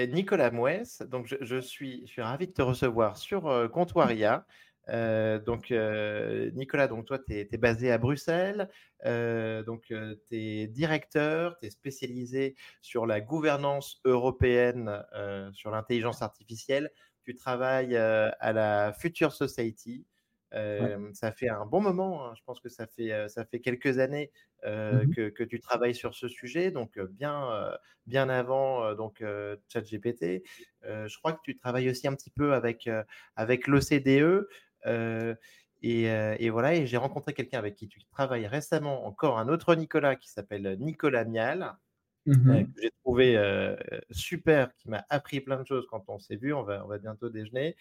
Nicolas Mouès. Donc, je suis ravi de te recevoir sur Comptoir IA. Nicolas, donc toi, tu es basé à Bruxelles. Tu es directeur, tu es spécialisé sur la gouvernance européenne, sur l'intelligence artificielle. Tu travailles à la Future Society. Ouais. Ça fait un bon moment, hein. Je pense que ça fait quelques années Mhm. que tu travailles sur ce sujet, donc bien avant ChatGPT. Je crois que tu travailles aussi un petit peu avec l'OCDE. euh, et voilà, et j'ai rencontré quelqu'un avec qui tu travailles récemment, encore un autre Nicolas qui s'appelle Nicolas Mial, Mhm. que j'ai trouvé super, qui m'a appris plein de choses quand on s'est vu. On va bientôt déjeuner.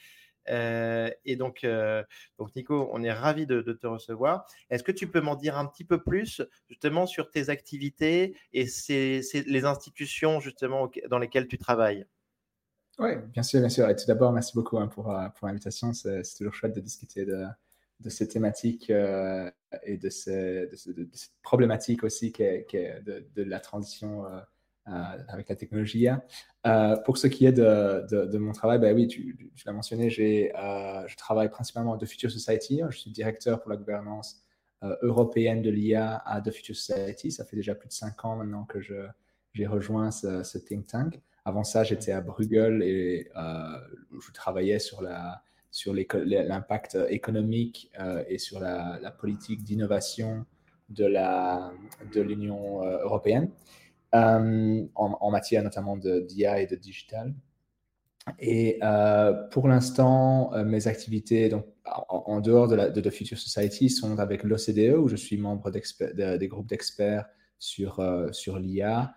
Donc Nico, on est ravi de te recevoir. Est-ce que tu peux m'en dire un petit peu plus justement sur tes activités et les institutions justement dans lesquelles tu travailles? Ouais, bien sûr, bien sûr. Et tout d'abord, merci beaucoup pour l'invitation. C'est toujours chouette de discuter de ces thématiques et de cette problématique aussi de la transition avec la technologie. Pour ce qui est de mon travail, bah oui, tu l'as mentionné, je travaille principalement à The Future Society. Je suis directeur pour la gouvernance européenne de l'IA à The Future Society. Ça fait déjà plus de 5 ans maintenant que j'ai rejoint ce think tank. Avant ça, j'étais à Bruegel et je travaillais sur l'impact économique et sur la politique d'innovation de l'Union européenne en matière notamment d'IA et de digital. Et pour l'instant, mes activités donc, en dehors de The Future Society sont avec l'OCDE, où je suis membre des groupes d'experts sur l'IA.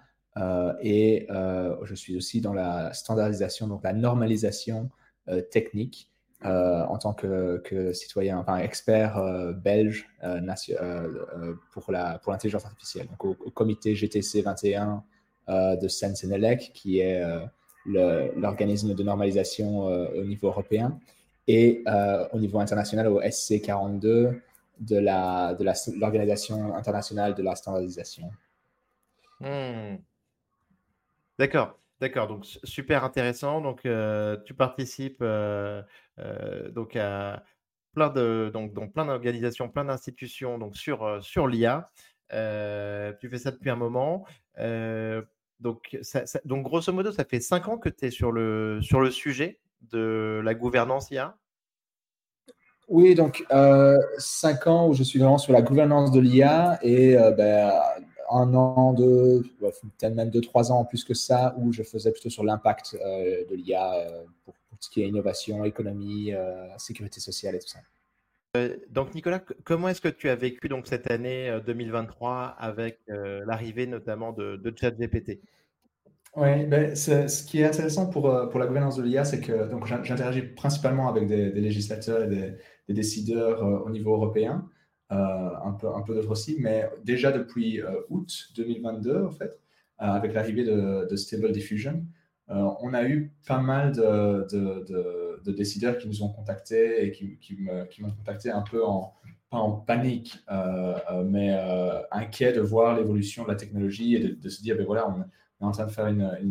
Je suis aussi dans la standardisation, donc la normalisation technique en tant que citoyen, enfin expert belge pour l'intelligence artificielle. Donc au comité GTC 21 de Sensenelec, qui est l'organisme de normalisation au niveau européen, et au niveau international au SC42 de l'Organisation internationale de la standardisation. Hmm. D'accord, d'accord. Donc super intéressant. Donc tu participes donc à dans plein d'organisations, plein d'institutions donc sur l'IA. Tu fais ça depuis un moment. Euh, donc grosso modo, ça fait 5 ans que tu es sur le sujet de la gouvernance IA. Oui, donc 5 ans où je suis vraiment sur la gouvernance de l'IA et 1 an, peut-être même 2, 3 ans en plus que ça, où je faisais plutôt sur l'impact de l'IA pour tout ce qui est innovation, économie, sécurité sociale et tout ça. Donc Nicolas, comment est-ce que tu as vécu donc cette année 2023 avec l'arrivée notamment de ChatGPT? Oui, ben, ce qui est intéressant pour la gouvernance de l'IA, c'est que donc, j'interagis principalement avec des législateurs et des décideurs au niveau européen, un peu d'autres aussi, mais déjà depuis août 2022, en fait, avec l'arrivée de Stable Diffusion, on a eu pas mal de décideurs qui nous ont contactés et qui m'ont contacté un peu pas en panique, mais inquiet de voir l'évolution de la technologie et de se dire, ben voilà, on est en train de faire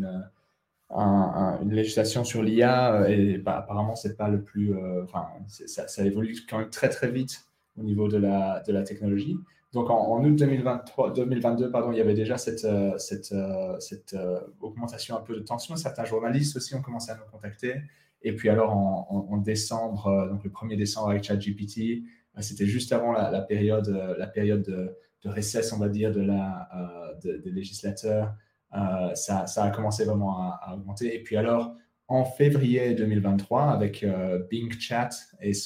une législation sur l'IA et bah, apparemment c'est pas le plus, ça évolue quand même très très vite au niveau de la technologie. Donc en août 2022, pardon, il y avait déjà cette augmentation un peu de tension. Certains journalistes aussi ont commencé à nous contacter. Et puis alors en décembre, donc le 1er décembre avec ChatGPT, c'était juste avant la période de recess, on va dire, des législateurs. Ça a commencé vraiment à augmenter. Et puis alors, en février 2023, avec Bing Chat et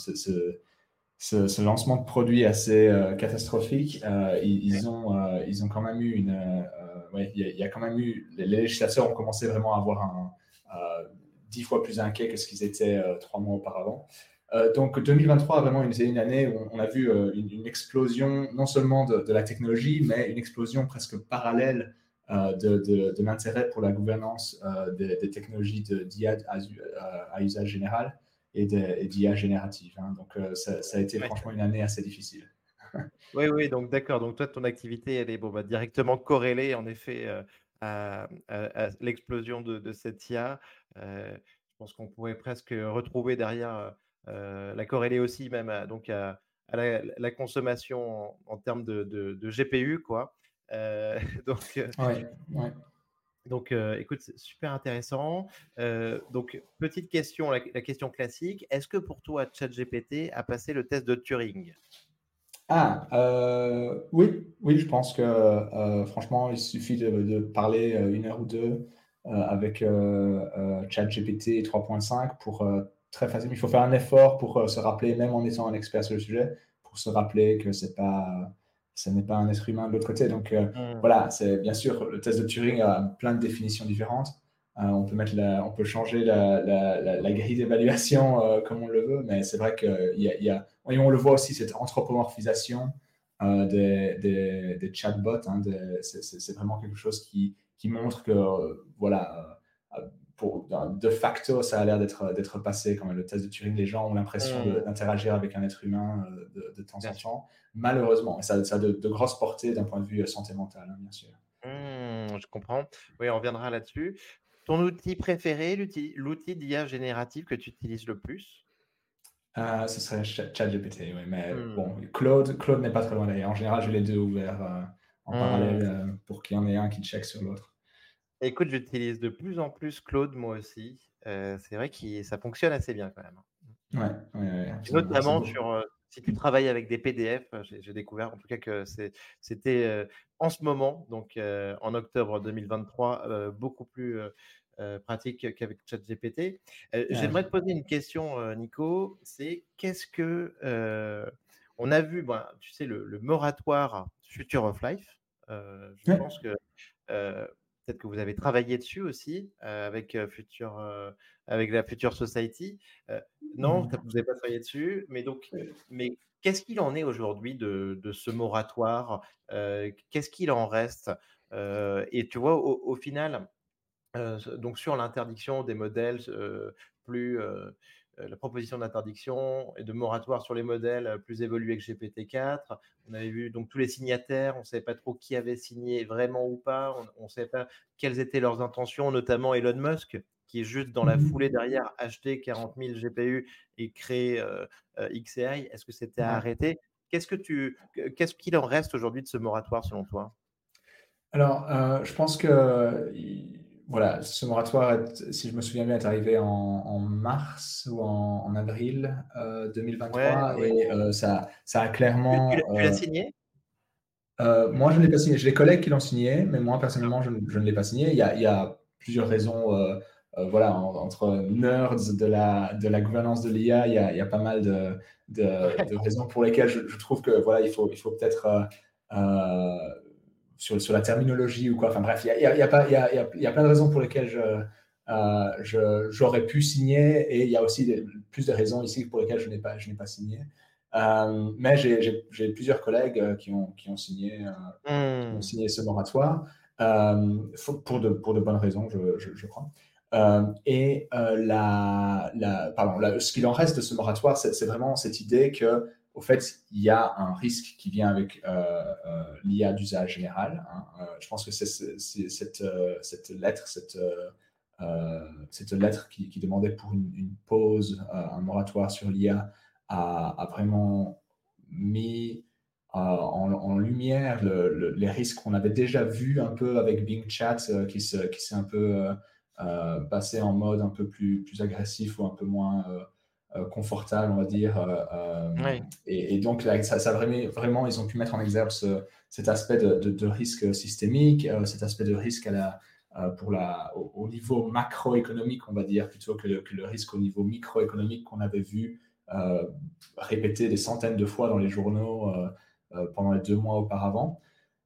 ce lancement de produit assez catastrophique, ils ont quand même eu ouais, il y a quand même eu, les législateurs ont commencé vraiment à avoir 10 fois plus inquiets que ce qu'ils étaient 3 mois auparavant. Donc 2023 a vraiment été une année où on a vu une explosion non seulement de la technologie, mais une explosion presque parallèle de l'intérêt pour la gouvernance des technologies d'IA à usage général et d'IA générative. Hein. Donc ça a été Ouais. franchement une année assez difficile. Oui, oui, donc d'accord. Donc toi, ton activité, elle est directement corrélée en effet à l'explosion de cette IA. Je pense qu'on pourrait presque retrouver derrière, la corréler aussi même à la consommation en termes de GPU, quoi. Heu, donc heu Ouais, ouais. écoute, c'est super intéressant. Donc petite question, la question classique, est-ce que pour toi, ChatGPT a passé le test de Turing? Oui, oui, je pense que franchement, il suffit de parler 1 heure ou deux avec ChatGPT 3.5 pour très facilement. Il faut faire un effort pour se rappeler, même en étant un expert sur le sujet, pour se rappeler que ce n'est pas un être humain de l'autre côté. Donc Mmh. voilà, c'est bien sûr le test de Turing a plein de définitions différentes. On peut changer la grille d'évaluation comme on le veut, mais c'est vrai qu'il y a et on le voit aussi, cette anthropomorphisation des chatbots. Hein, c'est vraiment quelque chose qui montre que, voilà, de facto, ça a l'air d'être passé. Quand même, le test de Turing, les gens ont l'impression Mmh. d'interagir avec un être humain de temps Bien en sûr. temps. Malheureusement, ça a de grosses portées d'un point de vue santé mentale, hein, bien sûr. Je comprends. Oui, on reviendra là-dessus. Ton outil préféré, l'outil d'IA générative que tu utilises le plus? Ce serait ChatGPT, oui. Mais Mmh. bon, Claude n'est pas très loin d'ailleurs. En général, j'ai les deux ouverts en Mmh. parallèle pour qu'il y en ait un qui check sur l'autre. Écoute, j'utilise de plus en plus Claude, moi aussi. C'est vrai que ça fonctionne assez bien quand même, hein. Ouais, ouais, ouais, Et absolument. C'est notamment beau. sur, si tu travailles avec des PDF, j'ai découvert en tout cas que c'était, en ce moment, donc en octobre 2023, beaucoup plus, pratique qu'avec ChatGPT. J'aimerais te Ouais, poser une question, Nico, c'est qu'est-ce que, on a vu, ben, tu sais le moratoire Future of Life, je ouais. pense que peut-être que vous avez travaillé dessus aussi, avec la Future Society. Non, Mhm. vous n'avez pas travaillé dessus, mais qu'est-ce qu'il en est aujourd'hui de ce moratoire? Qu'est-ce qu'il en reste? Et tu vois, au final, donc sur l'interdiction des modèles, plus, la proposition d'interdiction et de moratoire sur les modèles, plus évolués que GPT-4. On avait vu donc tous les signataires, on ne savait pas trop qui avait signé vraiment ou pas, on ne savait pas quelles étaient leurs intentions, notamment Elon Musk, qui est juste dans la foulée Mhm. derrière acheté 40 000 GPU et créé, xAI. Est-ce que c'était à Ouais. arrêter? Qu'est-ce qu'il en reste aujourd'hui de ce moratoire selon toi? Alors, je pense que voilà, ce moratoire, si je me souviens bien, est arrivé en mars ou en avril Ouais, ouais, 2023 ouais. et ça a Tu clairement. l'as signé? Moi, je ne l'ai pas signé. J'ai des collègues qui l'ont signé, mais moi, personnellement, je ne l'ai pas signé. Il y a plusieurs raisons. Voilà, entre nerds de la gouvernance de l'IA, il y a pas mal de raisons pour lesquelles je trouve que voilà, il faut peut-être sur la terminologie ou quoi. Enfin bref, il y a pas, il y a plein de raisons pour lesquelles j'aurais pu signer et il y a aussi plus de raisons ici pour lesquelles je n'ai pas signé. Mais j'ai plusieurs collègues qui ont Mmh. signé ce moratoire pour de bonnes raisons, je crois. Ce qu'il en reste de ce moratoire, c'est vraiment cette idée que, au fait, il y a un risque qui vient avec l'IA d'usage général. Hein. Je pense que c'est cette lettre qui demandait pour une pause, un moratoire sur l'IA, a vraiment mis en lumière les risques qu'on avait déjà vus un peu avec Bing Chat, qui s'est un peu passé en mode un peu plus agressif ou un peu moins confortable, on va dire. Oui. Et donc, là, ça vraiment, ils ont pu mettre en exergue cet aspect de risque systémique, cet aspect de risque au niveau macroéconomique, on va dire, plutôt que le risque au niveau microéconomique qu'on avait vu répété des centaines de fois dans les journaux pendant les 2 mois auparavant.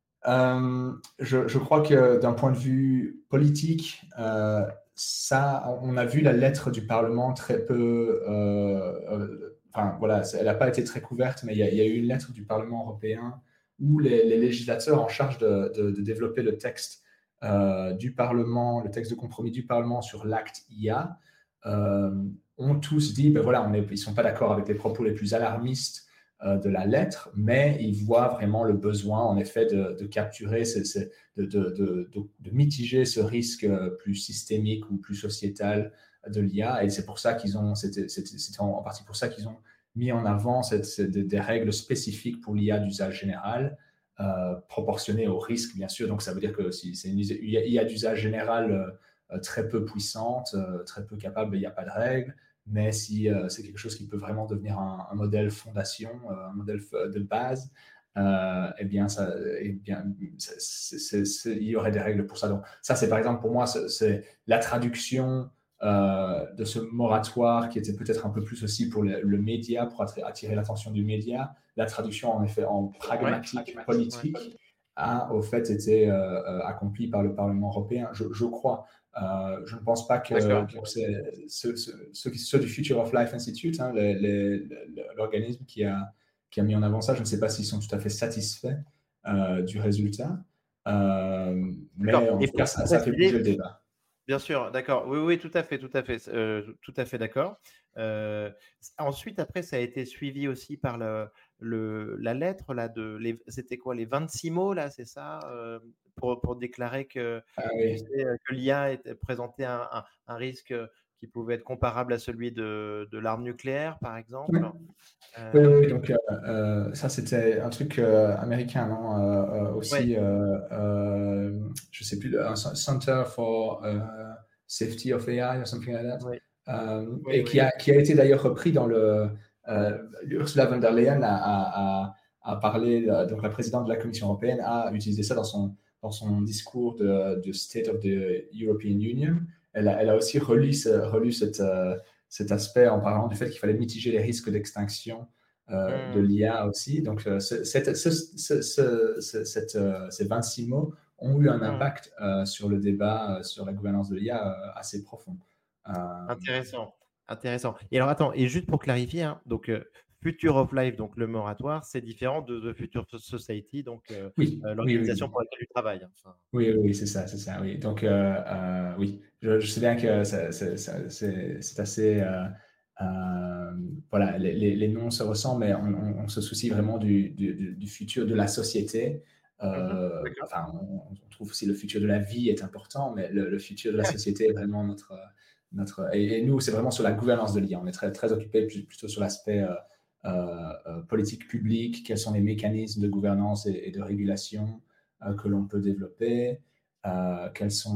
Je crois que d'un point de vue politique, on a vu la lettre du Parlement très peu. Enfin, voilà, elle n'a pas été très couverte, mais il y a eu une lettre du Parlement européen où les législateurs en charge de développer le texte du Parlement, le texte de compromis du Parlement sur l'acte IA, ont tous dit, ben voilà, ils ne sont pas d'accord avec les propos les plus alarmistes de la lettre, mais il voit vraiment le besoin, en effet, de capturer, de mitiger ce risque plus systémique ou plus sociétal de l'IA. Et c'est pour ça c'était en partie pour ça qu'ils ont mis en avant des règles spécifiques pour l'IA d'usage général, proportionnées au risque, bien sûr. Donc, ça veut dire que si c'est une IA d'usage général très peu puissante, très peu capable, il n'y a pas de règles. Mais si c'est quelque chose qui peut vraiment devenir un modèle fondation, un modèle de base, eh bien, il y aurait des règles pour ça. Donc, ça, c'est par exemple pour moi, c'est la traduction de ce moratoire qui était peut-être un peu plus aussi pour le média, pour attirer l'attention du média. La traduction, en effet, en pragmatique politique a, au fait, été accomplie par le Parlement européen, je crois. Je ne pense pas que ceux du Future of Life Institute, hein, l'organisme qui a mis en avant ça, je ne sais pas s'ils sont tout à fait satisfaits du résultat. Mais en Et tout cas, ça fait bouger le débat. Bien sûr, d'accord. Oui, oui, tout à fait, tout à fait d'accord. Ensuite, après, ça a été suivi aussi par la lettre là c'était quoi, les 26 mots là, c'est ça, pour déclarer que, Ah tu oui. sais, que l'IA présentait un risque qui pouvait être comparable à celui de l'arme nucléaire, par Oui, exemple. oui, Euh, oui, donc ça c'était un truc américain, non? ouais, Aussi, je sais plus, un Center for Safety of AI or something like that, ouais, oui, et oui. qui a été d'ailleurs repris dans Ursula von der Leyen a parlé, donc la présidente de la Commission européenne a utilisé ça dans son discours de State of the European Union. Elle a aussi relu cet aspect en parlant du fait qu'il fallait mitiger les risques d'extinction de l'IA aussi. Donc, ces 26 mots ont eu un Mmh. impact sur le débat sur la gouvernance de l'IA assez profond. Euh, Intéressant, intéressant. Et alors attends, et juste pour clarifier, hein, donc Future of Life, donc le moratoire, c'est différent de Future Society, donc oui, oui, l'organisation oui. pour laquelle tu travailles, hein. Enfin, Oui, oui, oui, c'est ça, oui. Donc, oui, je sais bien que c'est assez, voilà, les noms se ressemblent, mais on se soucie vraiment du futur de la société. d'accord. Enfin, on trouve aussi le futur de la vie est important, mais le futur de la société est vraiment et nous, c'est vraiment sur la gouvernance de l'IA. On est très, très occupé plutôt sur l'aspect politique publique, quels sont les mécanismes de gouvernance et de régulation que l'on peut développer, quelles sont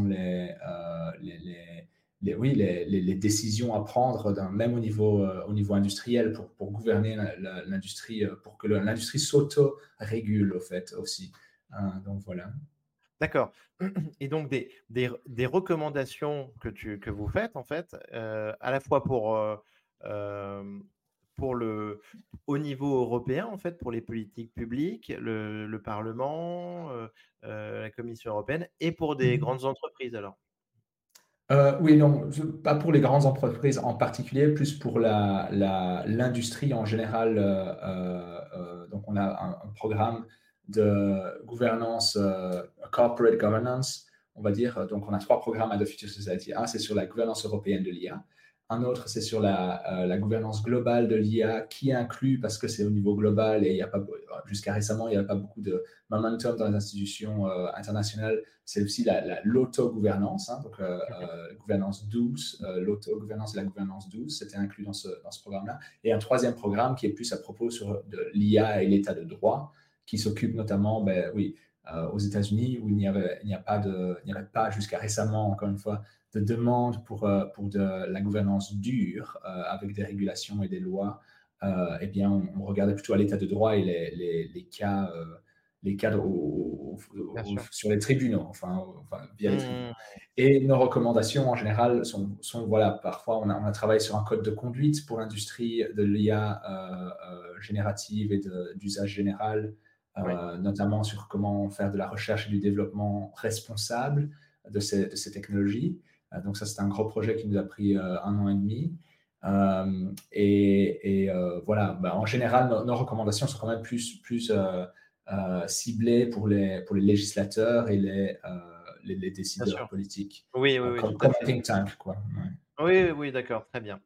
oui, les décisions à prendre, même au niveau industriel, pour gouverner l'industrie, pour que l'industrie s'auto-régule, au fait, aussi. Donc, voilà. D'accord. Et donc des recommandations que vous faites, en fait, à la fois euh, au niveau européen, en fait, pour les politiques publiques, le Parlement, la Commission européenne, et pour des grandes entreprises, alors. Oui, non, pas pour les grandes entreprises en particulier, plus pour l'industrie en général. Donc, on a un programme de gouvernance, corporate governance, on va dire. Donc, on a 3 programmes à The Future Society. Un, c'est sur la gouvernance européenne de l'IA. Un autre, c'est sur la gouvernance globale de l'IA qui inclut, parce que c'est au niveau global et il y a pas, jusqu'à récemment, il n'y avait pas beaucoup de momentum dans les institutions internationales. C'est aussi l'autogouvernance, hein, donc gouvernance douce, l'autogouvernance et la gouvernance douce, c'était inclus dans ce programme-là. Et un troisième programme qui est plus à propos sur l'IA et l'état de droit, qui s'occupe notamment, ben, oui, aux États-Unis, où il n'y avait pas jusqu'à récemment, encore une fois, de demande pour de la gouvernance dure, avec des régulations et des lois. Eh bien, on regardait plutôt à l'état de droit et les cas Bien sûr. sur les tribunaux, enfin via les tribunaux. Mmh. Et nos recommandations, en général, sont voilà, parfois, on a travaillé sur un code de conduite pour l'industrie de l'IA générative et d'usage général, Oui. notamment sur comment faire de la recherche et du développement responsable de ces technologies. Donc ça, c'est un gros projet qui nous a pris 1 an et demi. Voilà, en général, nos recommandations sont quand même plus ciblées pour les législateurs et les Bien décideurs sûr. politiques, Oui, oui, oui, comme tout à un fait. think tank, quoi. Ouais. Oui, oui, oui, d'accord, très bien.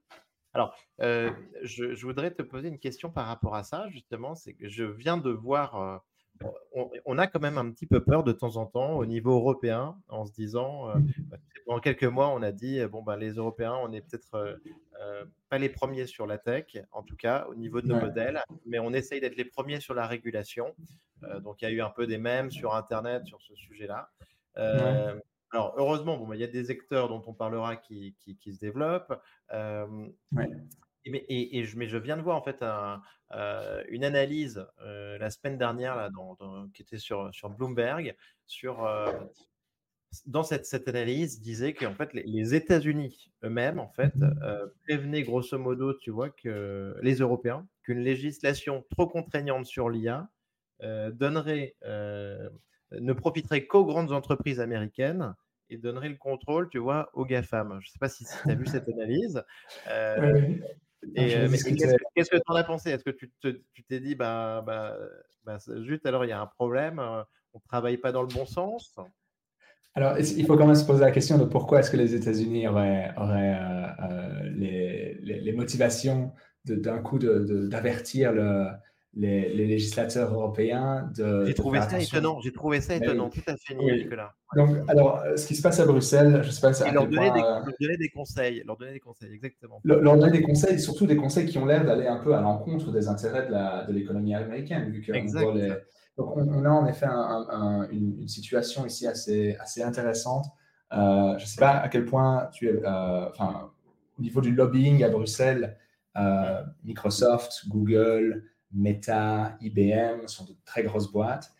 Alors, je voudrais te poser une question par rapport à ça, justement. C'est que je viens de voir, on a quand même un petit peu peur de temps en temps au niveau européen en se disant, bah, tu sais, pendant quelques mois, on a dit: «Bon, bah, les Européens, on est peut-être, pas les premiers sur la tech, en tout cas au niveau de nos Ouais, modèles, mais on essaye d'être les premiers sur la régulation». Donc il y a eu un peu des mèmes sur internet sur ce sujet-là. ouais, Alors heureusement, bon, bah, il y a des secteurs dont on parlera qui se développent. Hem ouais. mais je viens de voir en fait une analyse, la semaine dernière là qui était sur Bloomberg sur, dans cette analyse disait qu'en fait les États-Unis eux-mêmes en fait, Mhm. prévenaient grosso modo, tu vois, que les Européens, qu'une législation trop contraignante sur l'IA, donnerait, ne profiterait qu'aux grandes entreprises américaines et donnerait le contrôle, tu vois, aux GAFAM. Je ne sais pas si tu as vu cette analyse? Ouais, Heu ouais. Non, je vais mais discuter. qu'est-ce que tu en as pensé? Est-ce que tu t'es dit: «Zut, alors il y a un problème, on travaille pas dans le bon sens»? Alors, il faut quand même se poser la question de pourquoi est-ce que les États-Unis auraient les motivations d'un coup d'avertir les législateurs européens de faire attention. J'ai trouvé ça Mais étonnant, oui, tout à fait, oui. Nicolas. Ouais. Donc, alors, ce qui se passe à Bruxelles, je ne sais pas Et à quel point leur donner des conseils, exactement. leur donner des conseils, surtout des conseils qui ont l'air d'aller un peu à l'encontre des intérêts de l'économie américaine, vu qu'on voit Exact. les. Donc, on a en effet une situation ici assez intéressante. Je ne sais pas à quel point enfin, au niveau du lobbying à Bruxelles, Mmh. Microsoft, Google, Meta, IBM sont de très grosses boîtes.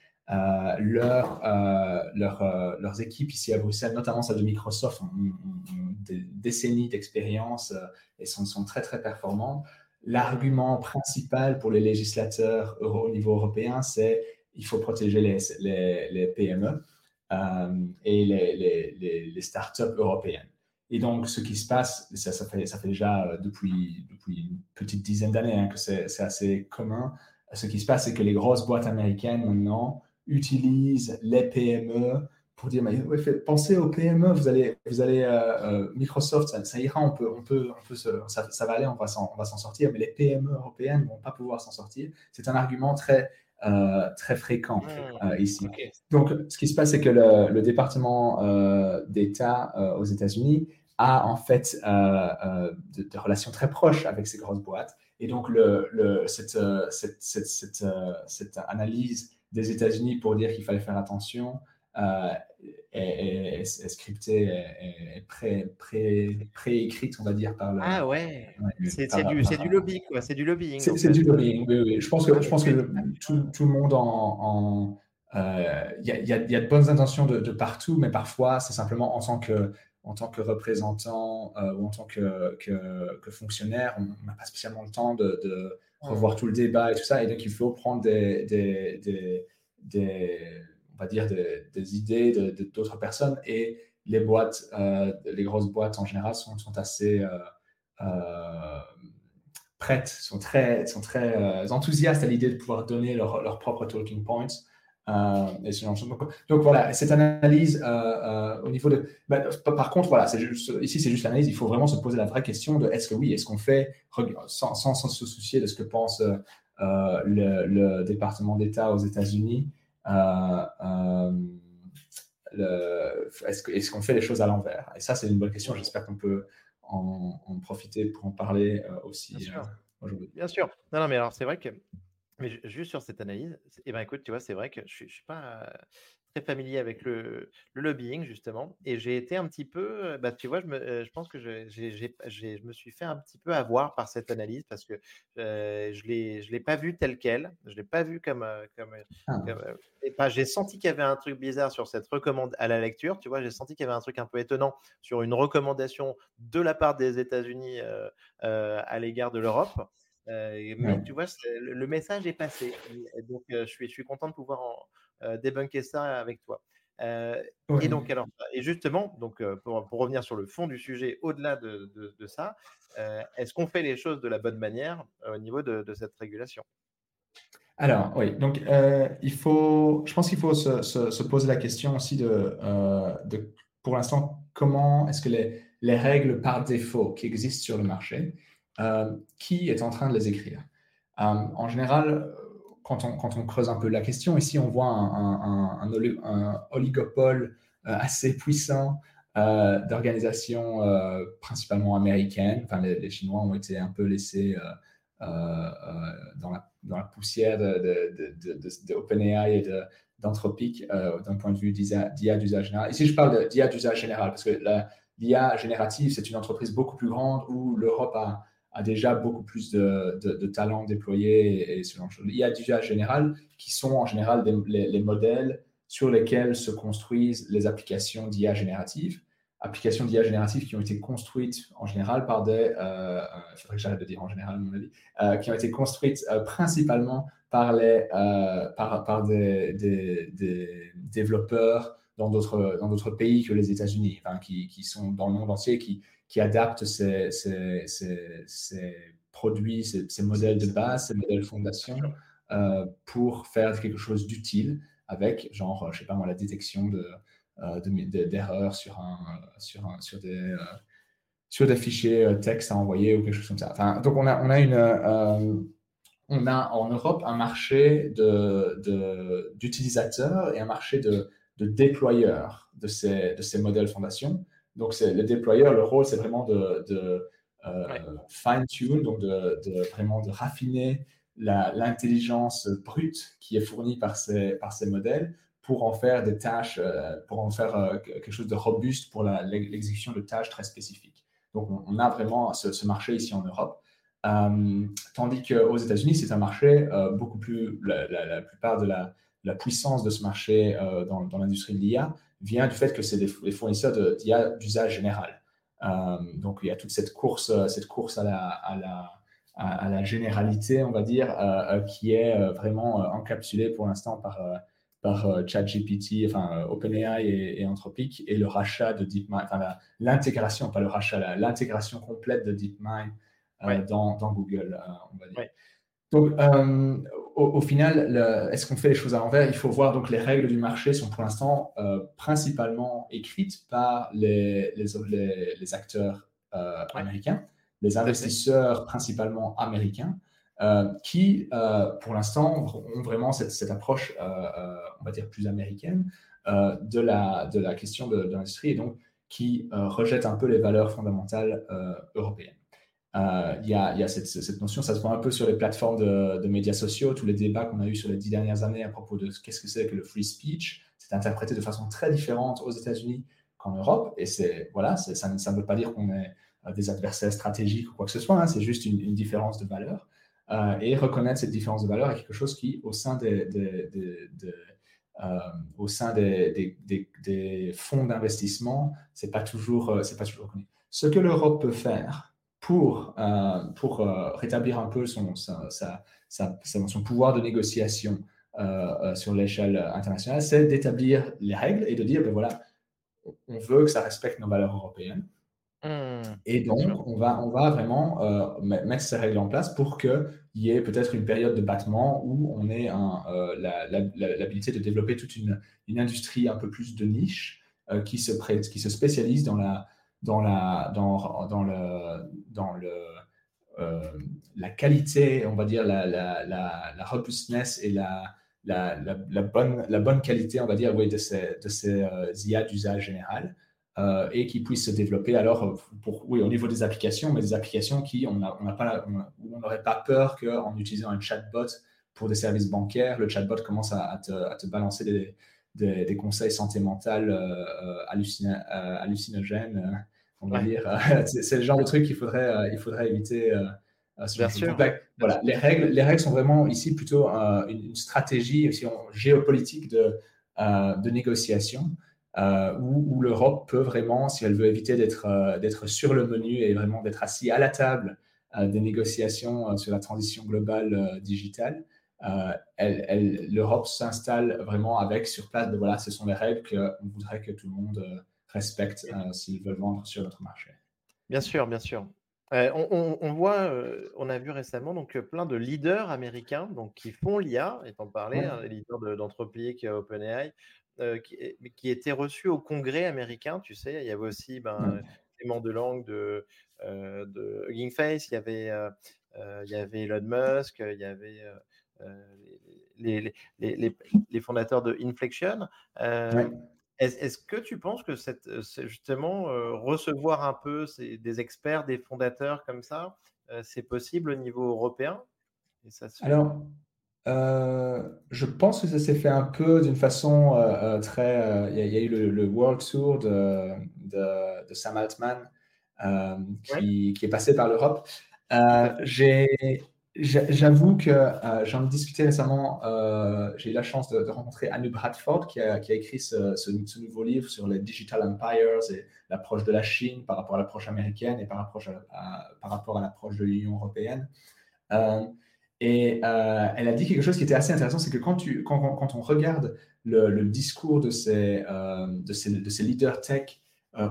Leurs équipes ici à Bruxelles, notamment celle de Microsoft, ont des décennies d'expérience et sont très, très performantes. Mmh. L'argument principal pour les législateurs au niveau européen, c'est qu'il faut protéger les PME et les startups européennes. Et donc, ce qui se passe, ça fait déjà depuis une petite dizaine d'années que c'est assez commun. Ce qui se passe, c'est que les grosses boîtes américaines, maintenant, utilisent les PME pour dire, mais ouais, pensez aux PME, Microsoft, ça ira, ça va aller, on va s'en sortir, mais les PME européennes ne vont pas pouvoir s'en sortir. C'est un argument très fréquent Mmh. ici. OK. Donc, ce qui se passe, c'est que le département d'État aux États-Unis a en fait de relations très proches avec ces grosses boîtes. Et donc, cette analyse des États-Unis pour dire qu'il fallait faire attention euh, est scriptée, préécrite, on va dire, Ah ouais, c'est du par lobby, quoi, c'est du lobbying, en c'est du fait. lobbying, oui, oui. Ah Je mais pense tu que m'étonnes. tout le monde il y a de bonnes intentions de partout, mais parfois, c'est simplement en tant que représentant ou en tant que fonctionnaire, on n'a pas spécialement le temps de revoir Mmh. tout le débat et tout ça. Et donc, il faut prendre on va dire des idées d'autres personnes. Et les boîtes, les grosses boîtes en général sont assez euh, prêtes, sont très enthousiastes à l'idée de pouvoir donner leur propre talking points. Et ce genre de choses. Donc voilà, cette analyse au niveau de. Par contre, voilà, ici c'est juste l'analyse. Il faut vraiment se poser la vraie question de est-ce qu'on fait sans se soucier de ce que pense le département d'État aux États-Unis. Est-ce qu'on fait les choses à l'envers? Et ça, c'est une bonne question. Mmh. J'espère qu'on peut en profiter pour en parler Bien aussi sûr, aujourd'hui. bien sûr. Non, non, mais alors c'est vrai que mais juste sur cette analyse, et ben, écoute, tu vois, c'est vrai que je suis pas, très familier avec le lobbying justement et j'ai été un petit peu, bah, tu vois, je pense que je me suis fait un petit peu avoir par cette analyse parce que, je l'ai pas vue telle quelle. Je l'ai pas vue Ah, et bah, j'ai senti qu'il y avait un truc bizarre sur cette recommande à la lecture, tu vois? J'ai senti qu'il y avait un truc un peu étonnant sur une recommandation de la part des États-Unis, à l'égard de l'Europe. Mais ouais. tu vois, le message est passé. Et donc, je suis content de pouvoir débunker ça avec toi. Euh, et Oui. donc, alors, et justement, donc, pour revenir sur le fond du sujet, au-delà de ça, est-ce qu'on fait les choses de la bonne manière au niveau de cette régulation? Alors, oui, donc je pense qu'il faut se poser la question aussi pour l'instant, comment est-ce que les règles par défaut qui existent sur le marché, qui est en train de les écrire. En général, quand on creuse un peu la question, ici, on voit un oligopole assez puissant d'organisations principalement américaines. Enfin, les Chinois ont été un peu laissés dans la poussière de OpenAI et d'Anthropic d'un point de vue d'IA d'usage général. Ici, je parle d'IA d'usage général parce que l'IA générative, c'est une entreprise beaucoup plus grande où l'Europe a déjà beaucoup plus de talents déployés et ce genre de choses. L'IA d'usage général, qui sont en général les modèles sur lesquels se construisent les applications d'IA générative qui ont été construites en général par il faudrait que j'arrête de dire en général, à mon avis, qui ont été construites principalement par des développeurs dans d'autres pays que les États-Unis, enfin, qui sont dans le monde entier, qui adaptent ces produits, ces modèles de base, ces modèles fondation pour faire quelque chose d'utile avec, genre, je sais pas moi, la détection d'erreurs sur des fichiers texte à envoyer ou quelque chose comme ça. Enfin, donc, on a en Europe un marché d'utilisateurs et un marché de déployeurs de ces modèles fondation. Donc, le déployeur, le rôle, c'est vraiment de Ouais. fine-tune, donc vraiment de raffiner l'intelligence brute qui est fournie par ces modèles pour en faire des tâches, pour en faire quelque chose de robuste pour l'exécution de tâches très spécifiques. Donc, on a vraiment ce marché ici en Europe. Tandis qu'aux États-Unis, c'est un marché beaucoup plus. La plupart de la puissance de ce marché dans l'industrie de l'IA vient du fait que c'est des fournisseurs d'IA d'usage général. Donc, il y a toute cette course à la généralité, on va dire, qui est vraiment encapsulée pour l'instant par ChatGPT, enfin OpenAI et Anthropic, et le rachat de DeepMind, enfin l'intégration, pas le rachat, l'intégration complète de DeepMind Ouais. dans Google, on va dire. Ouais. Donc, au final, est-ce qu'on fait les choses à l'envers? Il faut voir, donc les règles du marché sont pour l'instant principalement écrites par les acteurs Ouais. américains, les Tout à fait. investisseurs principalement américains, qui pour l'instant ont vraiment cette approche, on va dire, plus américaine de la question de l'industrie et donc qui rejette un peu les valeurs fondamentales européennes. Il y a cette notion, ça se voit un peu sur les plateformes de médias sociaux, tous les débats qu'on a eus sur les 10 dernières années à propos de qu'est-ce que c'est que le free speech. C'est interprété de façon très différente aux États-Unis qu'en Europe. Et voilà, ça ne veut pas dire qu'on est des adversaires stratégiques ou quoi que ce soit, hein, c'est juste une différence de valeur. Et reconnaître cette différence de valeur est quelque chose qui, au sein des fonds d'investissement, c'est pas toujours reconnu. Ce que l'Europe peut faire pour rétablir un peu son pouvoir de négociation sur l'échelle internationale, c'est d'établir les règles et de dire, ben voilà, on veut que ça respecte nos valeurs européennes. Et Bien sûr. donc, on va vraiment mettre ces règles en place pour qu'il y ait peut-être une période de battement où on ait l'habilité de développer toute une industrie un peu plus de niche qui se spécialise dans la qualité, on va dire, la robustness et la bonne qualité, on va dire, oui, de ces IA d'usage général. Et qui puissent se développer alors oui, au niveau des applications, mais des applications où on n'aurait pas peur qu'en utilisant un chatbot pour des services bancaires, le chatbot commence à te balancer des conseils santé mentale hallucinogènes, on va Ouais. dire. C'est le genre de truc qu'il faudrait éviter. Ce genre Bien de choses. Donc sûr. là, Bien voilà, sûr. les règles sont vraiment ici plutôt une stratégie géopolitique de négociation où l'Europe peut vraiment, si elle veut éviter d'être sur le menu et vraiment d'être assis à la table des négociations sur la transition globale digitale, l'Europe s'installe vraiment avec sur place, voilà, ce sont les règles qu'on voudrait que tout le monde respecte s'ils veulent vendre sur notre marché. Bien sûr, bien sûr. On voit, on a vu récemment donc, plein de leaders américains donc qui font l'IA et tu en parlais, Ouais. hein, les leaders d'Anthropic, OpenAI, qui étaient reçus au Congrès américain, tu sais? Il y avait aussi, ben, Clément Delangue de, de Hugging Face, il y avait Elon Musk, il y avait les fondateurs de Inflection. Ouais. Est-ce que tu penses que c'est justement recevoir un peu des experts, des fondateurs comme ça, c'est possible au niveau européen et ça se fait? Alors, je pense que ça s'est fait un peu d'une façon très. Il y a eu le World Tour de Sam Altman Oui, qui est passé par l'Europe. tout à fait. J'avoue que j'en ai discuté récemment. J'ai eu la chance de rencontrer Anu Bradford qui a écrit ce nouveau livre sur les Digital Empires et l'approche de la Chine par rapport à l'approche américaine et par rapport à l'approche de l'Union européenne. Euh, elle a dit quelque chose qui était assez intéressant, c'est que quand on regarde le discours de ces leaders tech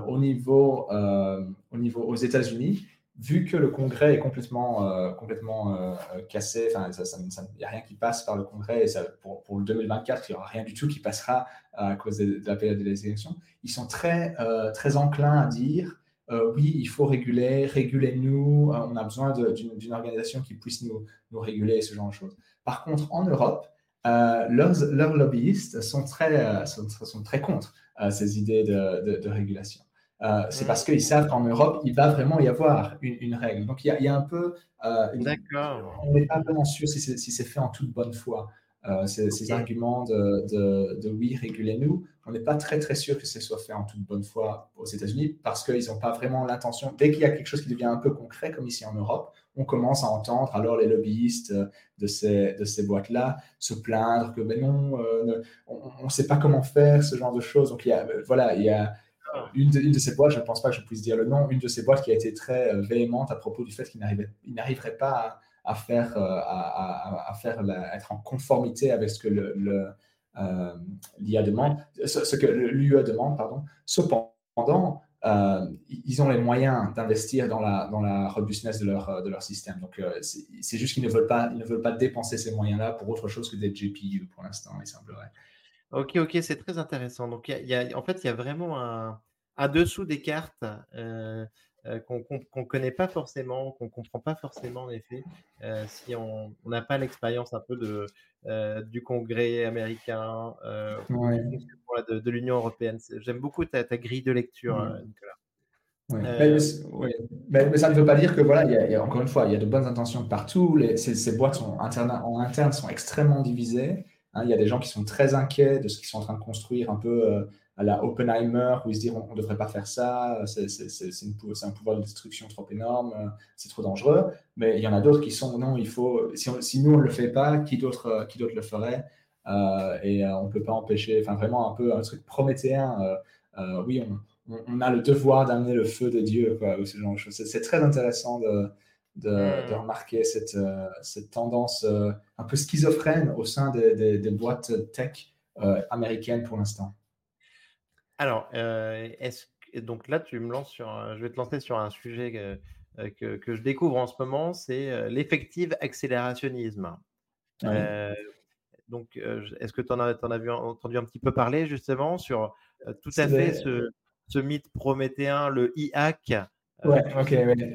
au niveau aux États-Unis, vu que le Congrès est complètement cassé, enfin, il n'y a rien qui passe par le Congrès, et ça, pour le 2024, il n'y aura rien du tout qui passera à cause de la période des élections, ils sont très enclins à dire oui, il faut réguler, régulez-nous, on a besoin d'une organisation qui puisse nous réguler, ce genre de choses. Par contre, en Europe, leurs lobbyistes sont très contre ces idées de régulation. C'est parce qu'ils Mmh. savent qu'en Europe, il va vraiment y avoir une règle. Donc, il y a un peu, D'accord. on n'est pas vraiment sûr si c'est fait en toute bonne foi. Ces OK. arguments de oui, régulez-nous, on n'est pas très sûr que ce soit fait en toute bonne foi aux États-Unis parce qu'ils n'ont pas vraiment l'intention. Dès qu'il y a quelque chose qui devient un peu concret, comme ici en Europe, on commence à entendre alors les lobbyistes de ces boîtes-là se plaindre que ben non, on ne sait pas comment faire ce genre de choses. Donc voilà, il y a Ah. une de ces boîtes, je ne pense pas que je puisse dire le nom, une de ces boîtes qui a été très véhémente à propos du fait qu'il n'arriverait pas à faire, être en conformité avec ce que l'IA demande, ce que l'UE demande, pardon. Cependant, ils ont les moyens d'investir dans la robustness de leur système. Donc, c'est juste qu'ils ne veulent pas dépenser ces moyens-là pour autre chose que des GPU pour l'instant, il semblerait. OK, OK, c'est très intéressant. Donc en fait, il y a vraiment un dessous des cartes, qu'on connaît pas forcément, qu'on comprend pas forcément en effet, si on n'a pas l'expérience un peu du Congrès américain, ou du Ouais. fonctionnement de l'Union européenne. J'aime beaucoup ta grille de lecture, Ouais. Nicolas. Oui, Heu, ouais. Mais ça ne veut pas dire que, voilà, encore une fois, il y a de bonnes intentions de partout. Ces boîtes en interne sont extrêmement divisées. Hein. Il y a des gens qui sont très inquiets de ce qu'ils sont en train de construire, un peu à la Oppenheimer, où ils se disent on ne devrait pas faire ça, c'est un pouvoir de destruction trop énorme, c'est trop dangereux. Mais il y en a d'autres qui sont non, il faut, si nous on ne le fait pas, qui d'autre le ferait on ne peut pas empêcher, enfin vraiment un peu un truc prométhéen. Oui, on a le devoir d'amener le feu de Dieu, quoi, ou ce genre de choses. C'est très intéressant de mmh. remarquer cette tendance un peu schizophrène au sein des boîtes tech américaines pour l'instant. Alors, est-ce que donc là, tu me lances je vais te lancer sur un sujet que je découvre en ce moment, c'est, l'effective accélérationnisme. Oui. Heu, donc, est-ce que tu en as entendu un petit peu parler justement sur, tout à C'est fait des- ce mythe prométhéen, le e-hack, Ouais, tu ok, sais? ouais.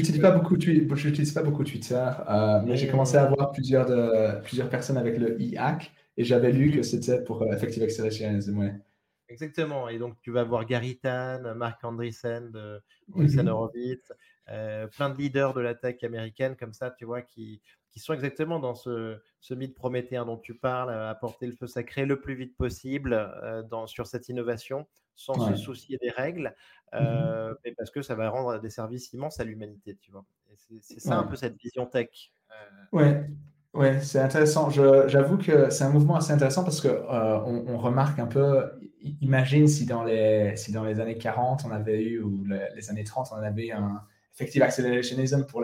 J'utilise pas beaucoup Twitter, mais j'ai commencé Mmh. à voir plusieurs personnes avec le e-hack et j'avais lu que c'était pour Effective Acceleration. Ouais. Exactement, et donc tu vas voir Gary Tan, Marc Andreessen de Andreessen Mhm. Horowitz, plein de leaders de la tech américaine comme ça, tu vois? Qui sont exactement dans ce mythe prométhéen dont tu parles, apporter le feu sacré le plus vite possible, sur cette innovation, sans se Ouais. soucier des règles, Mhm. mais parce que ça va rendre des services immenses à l'humanité, tu vois? Et c'est ça un Ouais. peu cette vision tech. Ouais, ouais, c'est intéressant. J'avoue que c'est un mouvement assez intéressant parce que on remarque un peu. Imagine si dans les années 40 on avait eu ou les années 30 on avait eu un effective accelerationism pour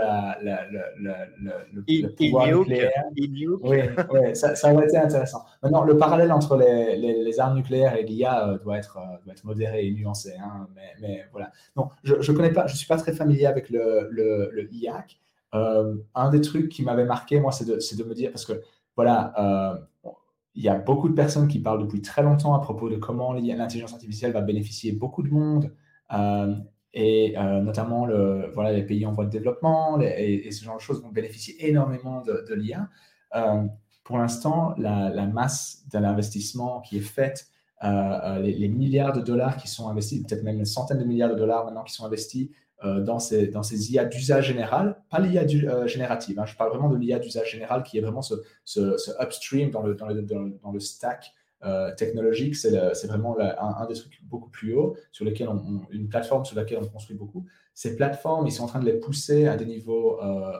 le pouvoir Inuk, nucléaire. Inuk. Oui, ouais, ça aurait été intéressant. Maintenant, le parallèle entre les armes nucléaires et l'IA doit être modéré et nuancé, hein, mais voilà. Non, je connais pas, je suis pas très familier avec le IAC. Un des trucs qui m'avait marqué, moi, c'est de me dire, parce que voilà, il y a beaucoup de personnes qui parlent depuis très longtemps à propos de comment l'intelligence artificielle va bénéficier beaucoup de monde. Euh, et notamment voilà, les pays en voie de développement et ce genre de choses vont bénéficier énormément de l'IA. Euh, pour l'instant, la masse de l'investissement qui est faite, les milliards de dollars qui sont investis, peut-être même une centaine de milliards de dollars maintenant qui sont investis dans ces IA d'usage général, pas l'IA générative, hein, je parle vraiment de l'IA d'usage général qui est vraiment ce upstream dans le stack technologique, c'est vraiment un des trucs beaucoup plus haut, sur lesquels une plateforme sur laquelle on construit beaucoup. Ces plateformes, ils sont en train de les pousser à des niveaux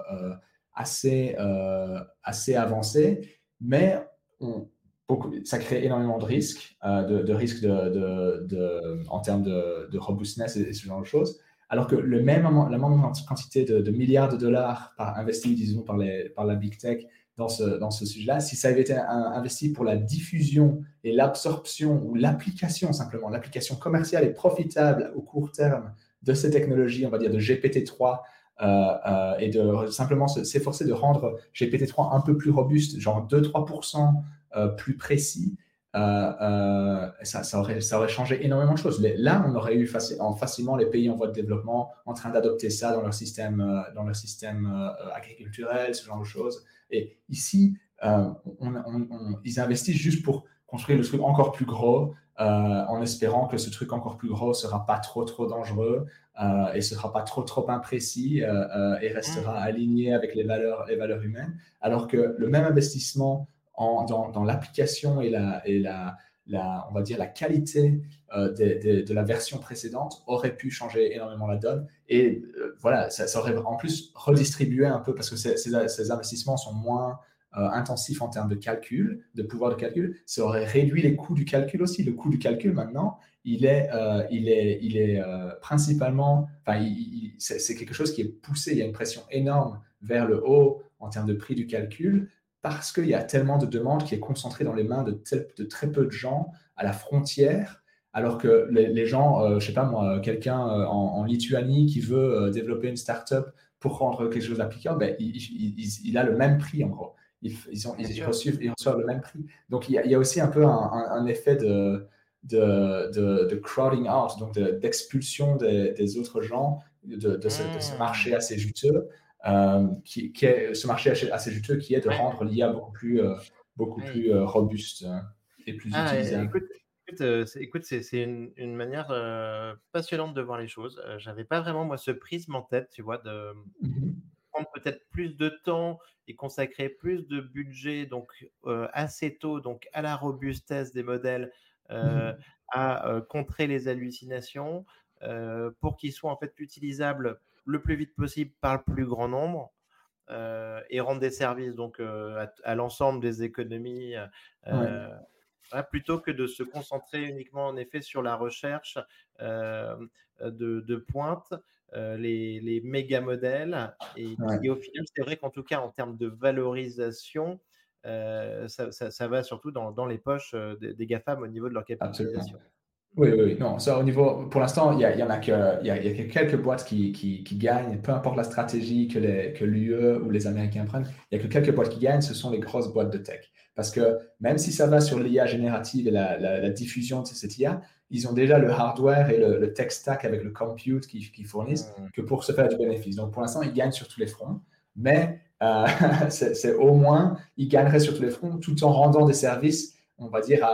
assez avancés, mais ça crée énormément de risques, de risques en termes de robustness et ce genre de choses. Alors que la même quantité de milliards de dollars investis, disons, par la big tech dans ce sujet-là, si ça avait été investi pour la diffusion et l'absorption ou l'application simplement, l'application commerciale et profitable au court terme de ces technologies, on va dire de GPT-3, et de simplement s'efforcer de rendre GPT-3 un peu plus robuste, genre 2-3% plus précis, ça aurait changé énormément de choses. Là, on aurait eu facilement les pays en voie de développement en train d'adopter ça dans leur système agriculturel, ce genre de choses. Et ici, ils investissent juste pour construire le truc encore plus gros, en espérant que ce truc encore plus gros sera pas trop dangereux et sera pas trop imprécis et restera Mmh. aligné avec les valeurs humaines. Alors que le même investissement dans l'application et on va dire la qualité de la version précédente aurait pu changer énormément la donne. Et voilà, ça aurait en plus redistribué un peu parce que ces investissements sont moins intensifs en termes de calcul, de pouvoir de calcul. Ça aurait réduit les coûts du calcul aussi. Le coût du calcul maintenant, il est principalement, enfin, c'est quelque chose qui est poussé. Il y a une pression énorme vers le haut en termes de prix du calcul parce qu'il y a tellement de demandes qui est concentrée dans les mains de très peu de gens à la frontière, alors que les gens, je ne sais pas moi, quelqu'un en Lituanie qui veut développer une startup pour rendre quelque chose applicable, ben, il a le même prix en gros. Bien sûr. Ils reçoivent le même prix. Donc il y a aussi un peu un effet de crowding out, donc d'expulsion des autres gens de ce marché Mmh. assez juteux qui est ce marché assez juteux qui est de Ouais, rendre l'IA beaucoup ouais. plus robuste et plus Ah, utilisable. écoute, c'est une manière, passionnante de voir les choses. J'avais pas vraiment moi ce prisme en tête, tu vois? De Mhm. prendre peut-être plus de temps et consacrer plus de budget donc, assez tôt, donc à la robustesse des modèles, heu, Mhm. à, contrer les hallucinations, pour qu'ils soient en fait utilisables le plus vite possible par le plus grand nombre, et rendre des services donc, à l'ensemble des économies, Ouais, voilà, plutôt que de se concentrer uniquement en effet sur la recherche, de pointe, les méga modèles et qui ouais, au final, c'est vrai qu'en tout cas en termes de valorisation, ça va surtout dans les poches, des GAFAM au niveau de leur absolument. capitalisation. Oui, oui, oui. Non, ça au niveau, pour l'instant, il y en a il y a que quelques boîtes qui gagnent, peu importe la stratégie que l'UE ou les Américains prennent, il y a que quelques boîtes qui gagnent, ce sont les grosses boîtes de tech. Parce que même si ça va sur l'IA générative et la diffusion de cette IA, ils ont déjà le hardware et le tech stack avec le compute qu'ils fournissent Mmh. que pour se faire du bénéfice. Donc pour l'instant, ils gagnent sur tous les fronts, mais c'est au moins, ils gagneraient sur tous les fronts tout en rendant des services, on va dire,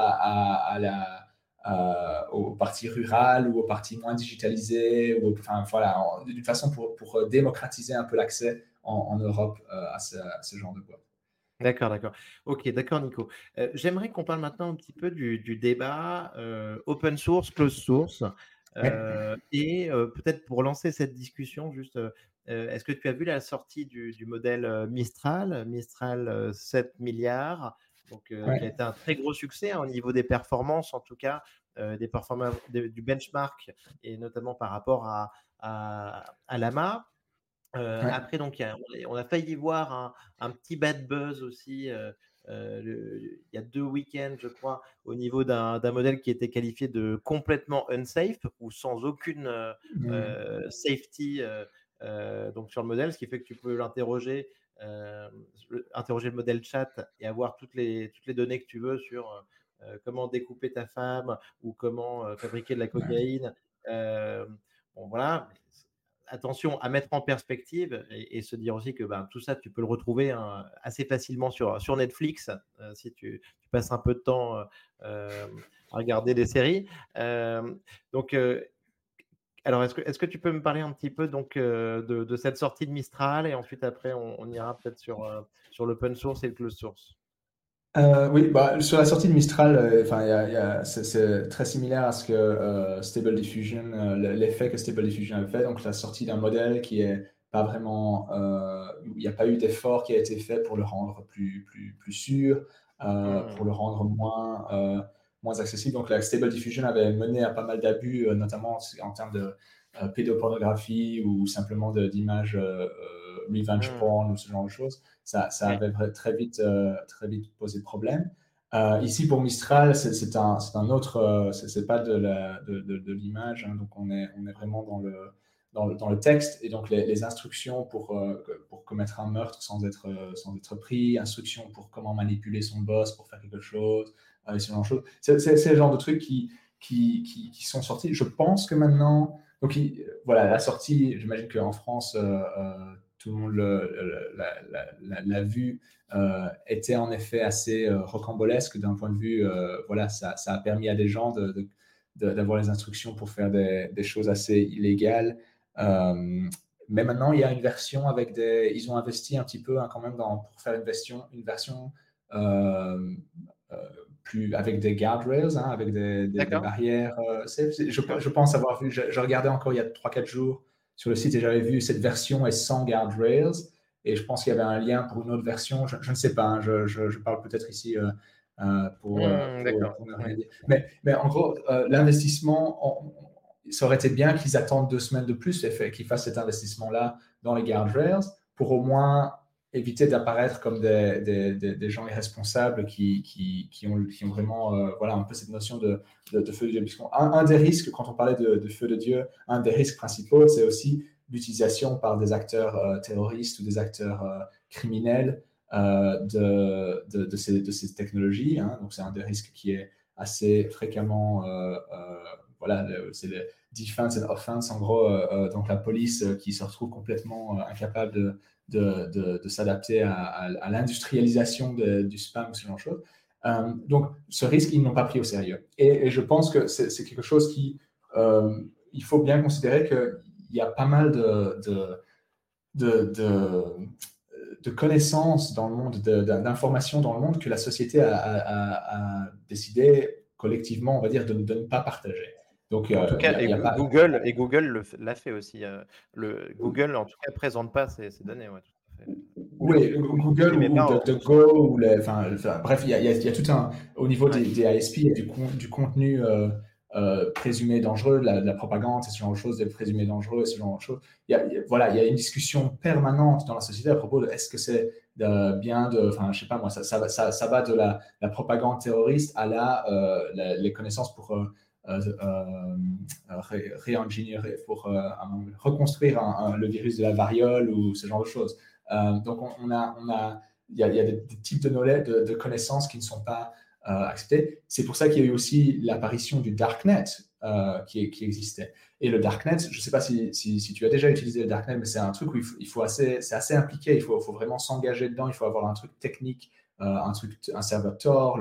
aux parties rurales ou aux parties moins digitalisées, ou, enfin, voilà, d'une façon pour démocratiser un peu l'accès en Europe à ce genre de boîte. D'accord, d'accord. OK, d'accord Nico. J'aimerais qu'on parle maintenant un petit peu du débat, open source, closed source, Ouais, et peut-être pour lancer cette discussion juste, est-ce que tu as vu la sortie du modèle, Mistral? Mistral, 7 000 000 donc qui a ouais, été un très gros succès, hein, au niveau des performances en tout cas, des performances du benchmark et notamment par rapport à Llama. ouais, Après donc on a failli voir un petit bad buzz aussi, il y a 2 week-ends, je crois, au niveau d'un modèle qui était qualifié de complètement unsafe ou sans aucune, safety, donc sur le modèle. Ce qui fait que tu peux interroger le modèle chat et avoir toutes les données que tu veux sur, comment découper ta femme ou comment, fabriquer de la ouais, cocaïne. bon voilà, attention à mettre en perspective et se dire aussi que ben, tout ça, tu peux le retrouver hein, assez facilement sur Netflix si tu passes un peu de temps à regarder des séries. Euh, donc, alors, est-ce que tu peux me parler un petit peu donc, de cette sortie de Mistral et ensuite après on ira peut-être sur l'open source et le closed source. Oui, bah, sur la sortie de Mistral, enfin, c'est très similaire à ce que Stable Diffusion, l'effet que Stable Diffusion avait fait. Donc, la sortie d'un modèle qui est pas vraiment, il n'y a pas eu d'effort qui a été fait pour le rendre plus sûr, pour le rendre moins accessible. Donc, la Stable Diffusion avait mené à pas mal d'abus, notamment en termes de pédopornographie ou simplement d'images revenge Hmm. porn ou ce genre de choses. Ça Ouais. avait très vite posé problème. Ici, pour Mistral, c'est un autre, c'est pas de l'image, hein, donc on est vraiment dans le texte et donc les instructions pour commettre un meurtre sans être pris, instructions pour comment manipuler son boss pour faire quelque chose, ce genre de choses. C'est le genre de trucs qui sont sortis. Je pense que maintenant, donc voilà, la sortie, j'imagine qu'en France, tout le monde l'a vu, était en effet assez rocambolesque d'un point de vue, voilà, ça a permis à des gens d'avoir les instructions pour faire des choses assez illégales. Euh, mais maintenant, il y a une version avec ils ont investi un petit peu hein, quand même pour faire une version euh, euh, plus avec des guardrails, hein, avec des D'accord. barrières. D'accord. Je pense avoir vu, je regardais encore il y a 3 4 jours sur le site et j'avais vu cette version est sans guardrails. Et je pense qu'il y avait un lien pour une autre version. Je ne sais pas, hein, je parle peut-être ici D'accord. pour ne Ouais. rien dire. Mais en gros, l'investissement, ça aurait été bien qu'ils attendent 2 semaines de plus et qu'ils fassent cet investissement-là dans les guardrails pour au moins éviter d'apparaître comme des gens irresponsables qui ont vraiment voilà, un peu cette notion de feu de Dieu. Un des risques, quand on parlait de feu de Dieu, un des risques principaux, c'est aussi l'utilisation par des acteurs terroristes ou des acteurs criminels de ces technologies. Hein. Donc, c'est un des risques qui est assez fréquemment, voilà, c'est le defense and offense, en gros, donc la police qui se retrouve complètement incapable de s'adapter à l'industrialisation du spam ou ce genre de choses. Donc, ce risque, ils n'ont pas pris au sérieux. Et je pense que c'est quelque chose il faut bien considérer qu'il y a pas mal de, de, de connaissances dans le monde, d'informations dans le monde que la société a décidé collectivement, on va dire, de ne pas partager. Donc, En tout il cas, y a pas. Google l'a fait aussi. Google, en tout cas, présente pas ces données. Ouais, tout à fait. Oui, Je Google les mets ou pas en. DuckDuckGo, bref, il y a tout au niveau Ouais. des ISP, il y a du contenu présumé dangereux, de la propagande, ce genre de choses, des présumés dangereux, ce genre de choses. Voilà, il y a une discussion permanente dans la société à propos de est-ce que c'est bien enfin, je sais pas moi, ça va de la propagande terroriste à les connaissances pour réingénierer, pour reconstruire le virus de la variole ou ce genre de choses. Donc, il y a des types de connaissances qui ne sont pas acceptées. C'est pour ça qu'il y a eu aussi l'apparition du Darknet qui existait. Et le Darknet, je ne sais pas si tu as déjà utilisé le Darknet, mais c'est un truc où c'est assez impliqué, il faut vraiment s'engager dedans, il faut avoir un truc technique, un serveur Tor,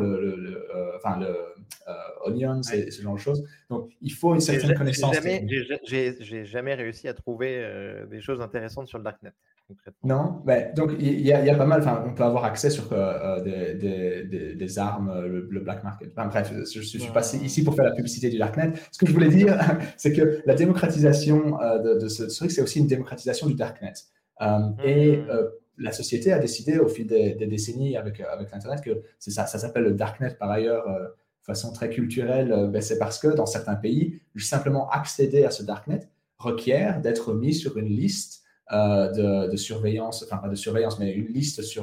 Onion, Ouais. ce genre de choses. Donc, il faut une certaine connaissance technique. J'ai jamais réussi à trouver des choses intéressantes sur le Darknet, concrètement. Non, ben, donc il y a pas mal, enfin, on peut avoir accès sur des armes, le black market. Enfin, bref, je suis passé Hmm. ici pour faire la publicité du Darknet. Ce que je voulais dire, c'est que la démocratisation de ce truc, c'est aussi une démocratisation du Darknet. Hmm. La société a décidé au fil des décennies avec l'Internet que c'est ça, ça s'appelle le Darknet par ailleurs, de façon très culturelle, ben, c'est parce que dans certains pays, simplement accéder à ce Darknet requiert d'être mis sur une liste de surveillance, enfin pas de surveillance, mais une liste sur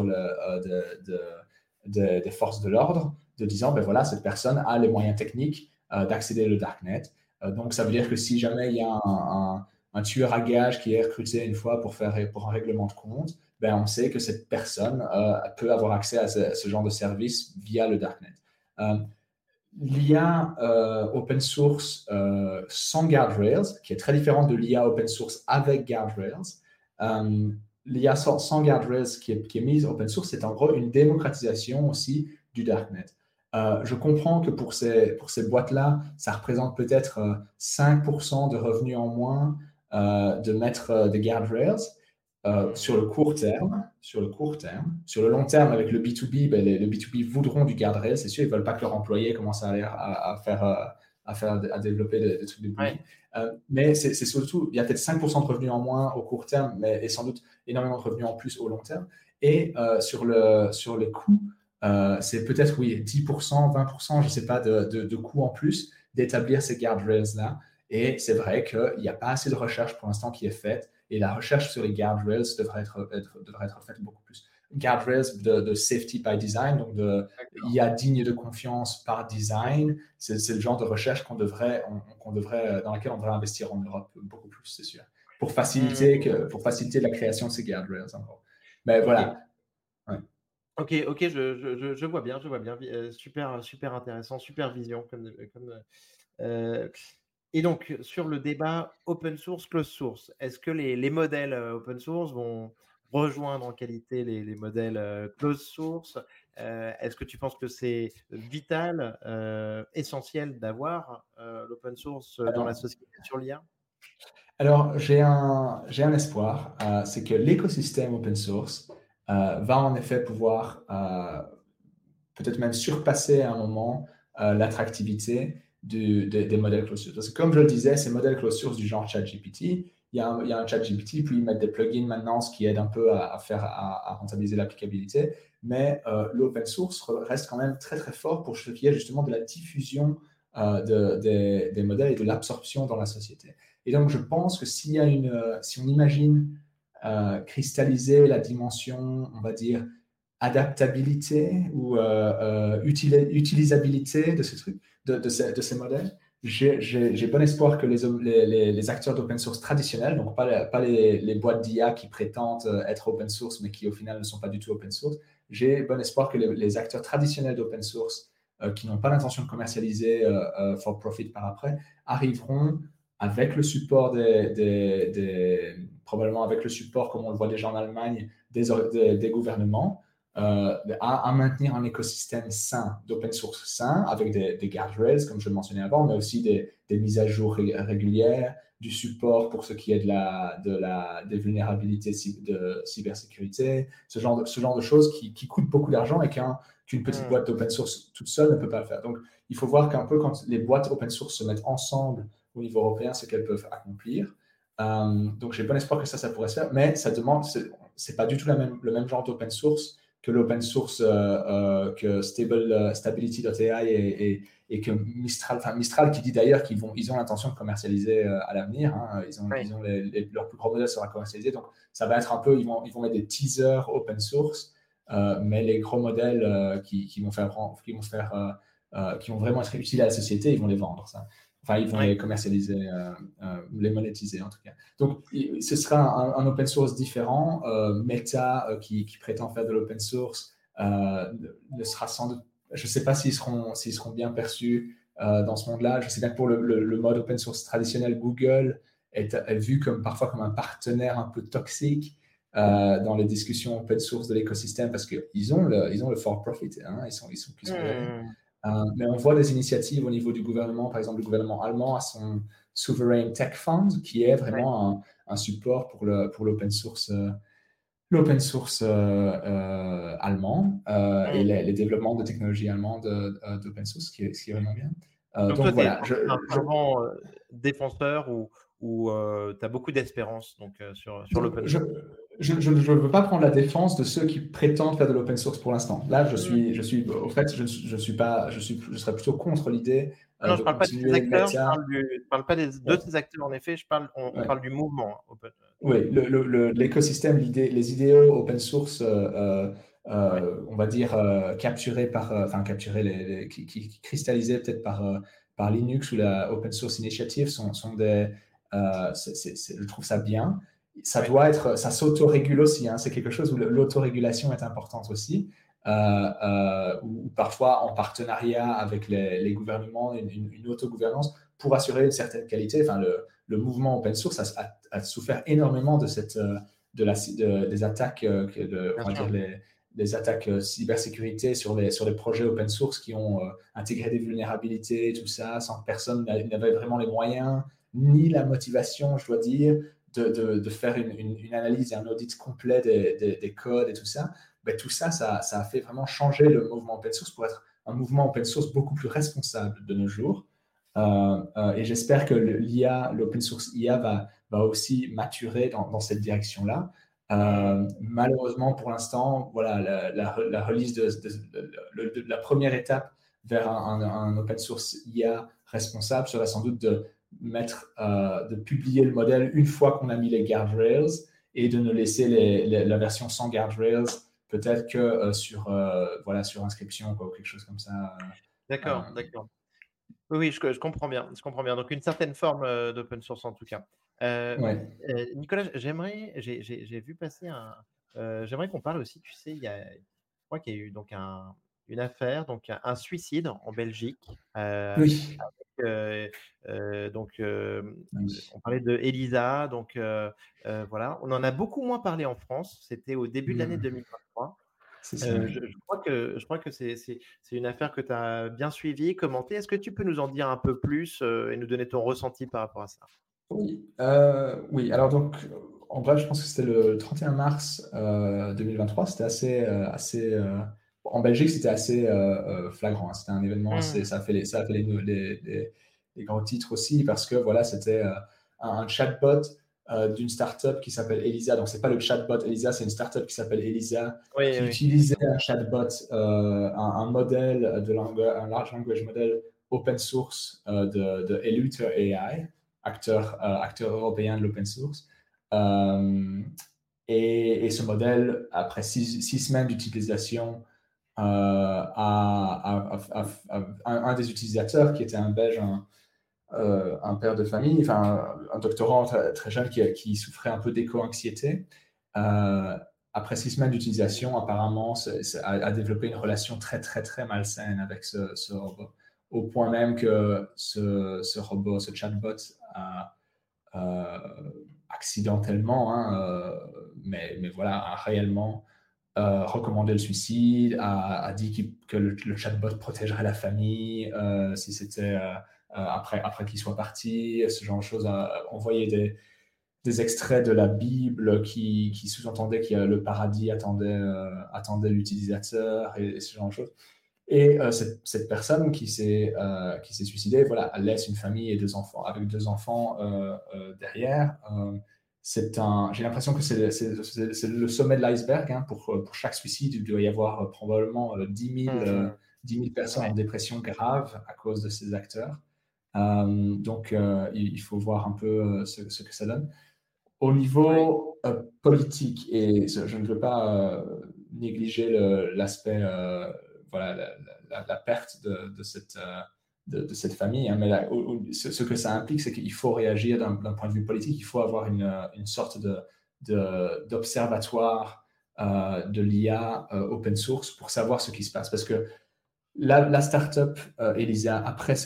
des forces de l'ordre, de disant, ben voilà, cette personne a les moyens techniques d'accéder au Darknet. Donc ça veut dire que si jamais il y a un tueur à gages qui est recruté une fois pour un règlement de compte, ben on sait que cette personne peut avoir accès à ce genre de service via le Darknet. Euh, l'IA open source sans guardrails, qui est très différente de l'IA open source avec guardrails. L'IA sans guardrails qui est mise open source, c'est en gros une démocratisation aussi du darknet. Je comprends que pour ces boîtes-là, ça représente peut-être 5% de revenus en moins de mettre des guardrails. Sur le court terme. Sur le long terme, avec le B2B, ben, le B2B voudront du guardrail, c'est sûr. Ils ne veulent pas que leur employé commence à développer des trucs de bully. Mais c'est surtout, il y a peut-être 5% de revenus en moins au court terme, mais et sans doute énormément de revenus en plus au long terme. Et sur les coûts, c'est peut-être, oui, 10%, 20%, je ne sais pas, de coûts en plus d'établir ces guardrails-là. Et c'est vrai qu'il n'y a pas assez de recherche pour l'instant qui est faite. Et la recherche sur les guardrails devrait être faite beaucoup plus. Guardrails de safety by design, donc IA digne de confiance par design, c'est le genre de recherche dans laquelle on devrait investir en Europe beaucoup plus, c'est sûr, pour faciliter la création de ces guardrails encore. Mais voilà. Ouais. Ok, je vois bien, super, super intéressant, super vision et donc, sur le débat open source, closed source, est-ce que les modèles open source vont rejoindre en qualité les modèles closed source? Est-ce que tu penses que c'est vital, essentiel d'avoir l'open source dans la société sur l'IA? Alors, j'ai un espoir, c'est que l'écosystème open source va en effet pouvoir peut-être même surpasser à un moment l'attractivité des modèles closed source. Parce que comme je le disais, ces modèles closed source du genre ChatGPT, il y a un ChatGPT, puis ils mettent des plugins maintenant, ce qui aide un peu à rentabiliser l'applicabilité. Mais l'open source reste quand même très très fort pour ce qui est justement de la diffusion des modèles et de l'absorption dans la société. Et donc je pense que si on imagine cristalliser la dimension, on va dire, adaptabilité ou utilisabilité de ces trucs, de ces modèles, j'ai bon espoir que les acteurs d'open source traditionnels, donc pas les boîtes d'IA qui prétendent être open source, mais qui au final ne sont pas du tout open source, j'ai bon espoir que les acteurs traditionnels d'open source qui n'ont pas l'intention de commercialiser for profit par après, arriveront avec le support probablement avec le support, comme on le voit déjà en Allemagne, des gouvernements, à maintenir un écosystème sain, d'open source sain, avec des guardrails, comme je le mentionnais avant, mais aussi des mises à jour régulières, du support pour ce qui est des vulnérabilités de cybersécurité, ce genre de choses qui coûtent beaucoup d'argent et qu'une petite boîte d'open source toute seule ne peut pas le faire. Donc, il faut voir qu'un peu quand les boîtes open source se mettent ensemble au niveau européen, ce qu'elles peuvent accomplir. Donc, j'ai bon espoir que ça pourrait se faire, mais ça demande, c'est pas du tout le même genre d'open source que l'open source, que Stability.ai et que Mistral qui dit d'ailleurs qu'ils ont l'intention de commercialiser à l'avenir. Hein, leur plus gros modèle sera commercialisé. Donc, ça va être un peu, ils vont mettre des teasers open source, mais les gros modèles qui vont vraiment être utiles à la société, ils vont les vendre. Ça. Enfin, ils vont les commercialiser, les monétiser en tout cas. Donc, ce sera un open source différent. Meta, qui prétend faire de l'open source, ne sera sans doute, je ne sais pas s'ils seront bien perçus dans ce monde-là. Je sais bien que pour le mode open source traditionnel, Google est vu parfois comme un partenaire un peu toxique dans les discussions open source de l'écosystème parce qu'ils ont le for profit, hein, ils sont mais on voit des initiatives au niveau du gouvernement. Par exemple, le gouvernement allemand a son Sovereign Tech Fund, qui est vraiment un support pour l'open source, allemand et les développements de technologies allemandes d'open source, ce qui est vraiment bien. Donc toi, voilà, tu es un fervent défenseur ou tu as beaucoup d'espérance sur l'open source? Je ne veux pas prendre la défense de ceux qui prétendent faire de l'open source pour l'instant. Là, je serais plutôt contre l'idée non, je de ne parle pas de ces continuer acteurs, Meta. je parle pas de ces acteurs en effet, on parle du mouvement open. Oui, l'écosystème, les idéaux open source, on va dire capturés cristallisés peut-être par Linux ou la Open Source Initiative sont des, je trouve ça bien. Ça doit être, ça s'autorégule aussi. Hein, c'est quelque chose où l'autorégulation est importante aussi. ou parfois en partenariat avec les gouvernements, une autogouvernance pour assurer une certaine qualité. Enfin, le mouvement open source a souffert énormément des attaques, Bien on va sûr. dire les attaques cybersécurité sur les projets open source qui ont intégré des vulnérabilités, tout ça, sans que personne n'avait vraiment les moyens, ni la motivation, je dois dire, de faire une analyse et un audit complet des codes et tout ça. Ben, tout ça, ça a fait vraiment changer le mouvement open source pour être un mouvement open source beaucoup plus responsable de nos jours. Et j'espère que l'open source IA va aussi maturer dans cette direction-là. Mmh. Malheureusement, pour l'instant, voilà, la release la première étape vers un open source IA responsable serait sans doute de publier le modèle une fois qu'on a mis les guardrails et de ne laisser la version sans guardrails peut-être que sur inscription quoi, ou quelque chose comme ça. D'accord, d'accord. Oui, oui, je comprends bien, je comprends bien. Donc une certaine forme, d'open source en tout cas. Ouais. Nicolas, j'ai vu passer j'aimerais qu'on parle aussi, tu sais, je crois qu'il y a eu donc une affaire, donc un suicide en Belgique, Oui. heu donc Oui. on parlait de Elisa, donc voilà. On en a beaucoup moins parlé en France, c'était au début de l'année Hmm. 2023. C'est ça, oui. Je crois que c'est une affaire que tu as bien suivie, commentée. Est-ce que tu peux nous en dire un peu plus, et nous donner ton ressenti par rapport à ça? Oui, oui. Alors donc, en bref, je pense que c'était le 31 mars 2023. C'était en Belgique, c'était assez flagrant, hein. C'était un événement assez. Mmh. Ça a fait les grands titres aussi parce que voilà, c'était un chatbot d'une startup qui s'appelle Elisa. Donc, c'est pas le chatbot Elisa, c'est une startup qui s'appelle Elisa Oui, qui oui. utilisait un chatbot, un modèle un large language model open source de Eluter AI, acteur européen de l'open source. Euh, et ce modèle, après 6 semaines d'utilisation, un des utilisateurs, qui était un Belge, un père de famille, enfin un doctorant très, très jeune qui souffrait un peu d'éco-anxiété, euh, après 6 semaines d'utilisation, apparemment, a développé une relation très, très, très malsaine avec ce robot, au point même que ce robot, ce chatbot, a accidentellement, hein, mais voilà, a réellement recommandé le suicide, a dit que le chatbot protégerait la famille si c'était après qu'il soit parti, ce genre de choses, a envoyé des extraits de la Bible qui sous-entendaient que le paradis attendait l'utilisateur et ce genre de choses. Et cette personne qui s'est suicidée, voilà, elle laisse une famille et 2 enfants, avec 2 enfants derrière. J'ai l'impression que c'est le sommet de l'iceberg, hein. Pour chaque suicide, il doit y avoir probablement 10 000 personnes en Ouais. dépression grave à cause de ces acteurs. Donc, il faut voir un peu ce que ça donne. Au Ouais. niveau politique, et je ne veux pas négliger l'aspect, voilà, la perte de cette famille, hein, mais ce que ça implique, c'est qu'il faut réagir d'un point de vue politique. Il faut avoir une sorte d'observatoire de l'IA open source pour savoir ce qui se passe. Parce que la startup Elisa, après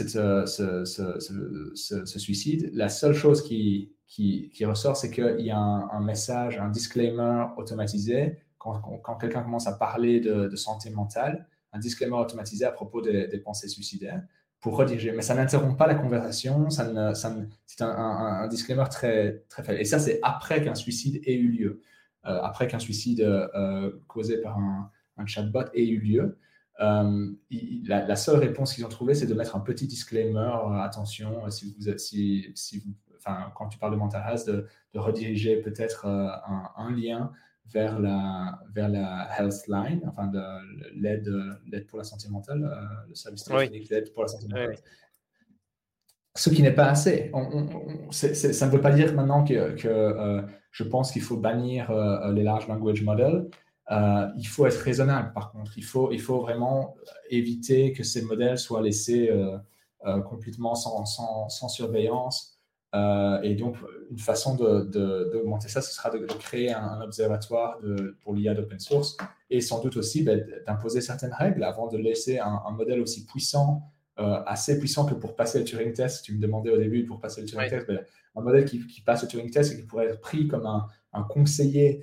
ce suicide, la seule chose qui ressort, c'est qu'il y a un message, un disclaimer automatisé quand quelqu'un commence à parler de santé mentale, un disclaimer automatisé à propos des pensées suicidaires pour rediriger. Mais ça n'interrompt pas la conversation, c'est un disclaimer très, très faible. Et ça, c'est après qu'un suicide ait eu lieu, après qu'un suicide causé par un chatbot ait eu lieu. La seule réponse qu'ils ont trouvée, c'est de mettre un petit disclaimer, attention, enfin, quand tu parles de mental health, de rediriger peut-être un lien vers la health line, enfin l'aide pour la santé mentale, le service Oui. téléphonique d'aide pour la santé Oui, mentale. oui. Ce qui n'est pas assez. Ça ne veut pas dire maintenant que je pense qu'il faut bannir les large language models. Il faut être raisonnable, par contre. Il faut vraiment éviter que ces modèles soient laissés complètement sans surveillance Et donc, une façon d'augmenter ça, ce sera de créer un observatoire pour l'IA d'open source et sans doute aussi d'imposer certaines règles avant de laisser un modèle aussi puissant, assez puissant que pour passer le Turing test. Tu me demandais au début pour passer le Turing Ouais, test, un modèle qui passe le Turing test et qui pourrait être pris comme un conseiller,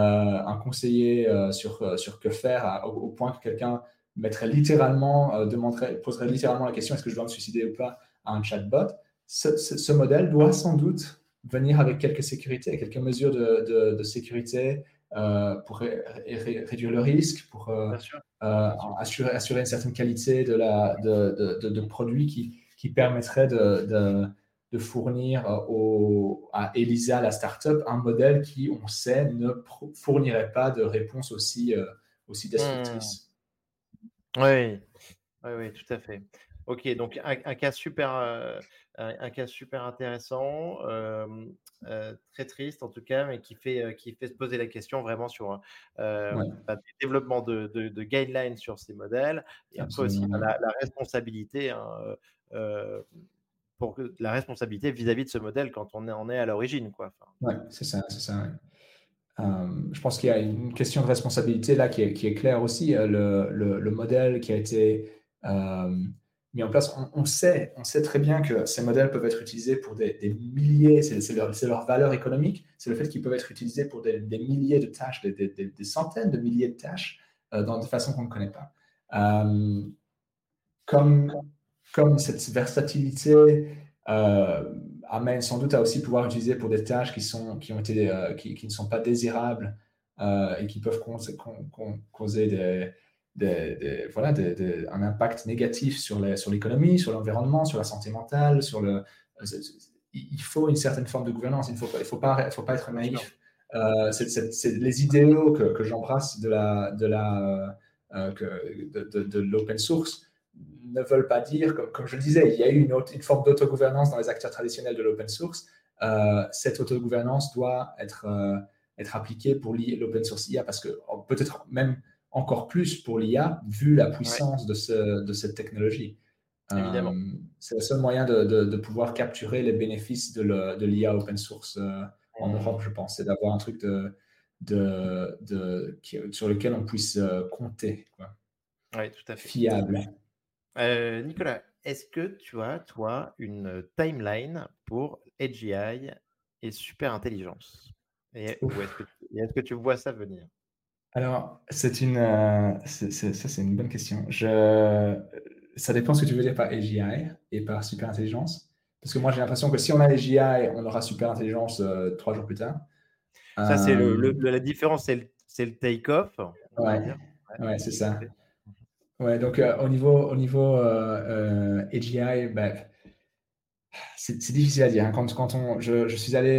sur que faire, au point que quelqu'un mettrait littéralement, poserait littéralement la question est-ce que je dois me suicider ou pas à un chatbot. Ce modèle doit sans doute venir avec quelques sécurités, quelques mesures de sécurité pour réduire le risque, pour bien sûr, bien sûr. assurer une certaine qualité de produits qui permettrait de fournir à Elisa, la startup, un modèle qui, on sait, ne fournirait pas de réponse aussi Hmm. destructrice. Oui, oui, oui, tout à fait. Ok, donc un cas super, un cas super intéressant, très triste en tout cas, mais qui fait se poser la question vraiment sur Ouais, du développement de guidelines sur ces modèles, et après aussi absolument. la responsabilité, hein, la responsabilité vis-à-vis de ce modèle quand en est à l'origine, quoi. Enfin, Ouais, c'est ça, c'est ça. Ouais. Je pense qu'il y a une question de responsabilité là qui est claire aussi. Le modèle qui a été mis en place, on sait très bien que ces modèles peuvent être utilisés pour des milliers, c'est leur valeur économique, c'est le fait qu'ils peuvent être utilisés pour des milliers de tâches, des centaines de milliers de tâches dans des façons qu'on ne connaît pas. Euh, comme, comme cette versatilité amène sans doute à aussi pouvoir utiliser pour des tâches qui ne sont pas désirables et qui peuvent causer un impact négatif sur l'économie, sur l'environnement, sur la santé mentale, il faut une certaine forme de gouvernance, il faut pas être bien sûr. naïf. C'est les idéaux que j'embrasse de l'open source ne veulent pas dire, comme je le disais, il y a eu une forme d'autogouvernance dans les acteurs traditionnels de l'open source. Cette autogouvernance doit être appliquée pour l'open source IA parce que peut-être même encore plus pour l'IA, vu la Ouais, puissance de cette technologie. évidemment. C'est le seul moyen de pouvoir capturer les bénéfices de l'IA open source en Europe, Hmm. je pense. C'est d'avoir un truc sur lequel on puisse compter, quoi. Ouais, tout à fait. Fiable. Nicolas, est-ce que tu as, toi, une timeline pour AGI et super intelligence? Ou Ouf. est-ce que tu vois ça venir? Alors, ça, c'est une bonne question. Ça dépend ce que tu veux dire par AGI et par super intelligence. Parce que moi, j'ai l'impression que si on a AGI, on aura super intelligence 3 jours plus tard. Ça, c'est Euh, la différence, c'est le take-off, on va ouais, dire. Ouais, ouais, c'est tout à ça. fait. Ouais, donc au niveau AGI, ben, c'est difficile à dire, hein. Je suis allé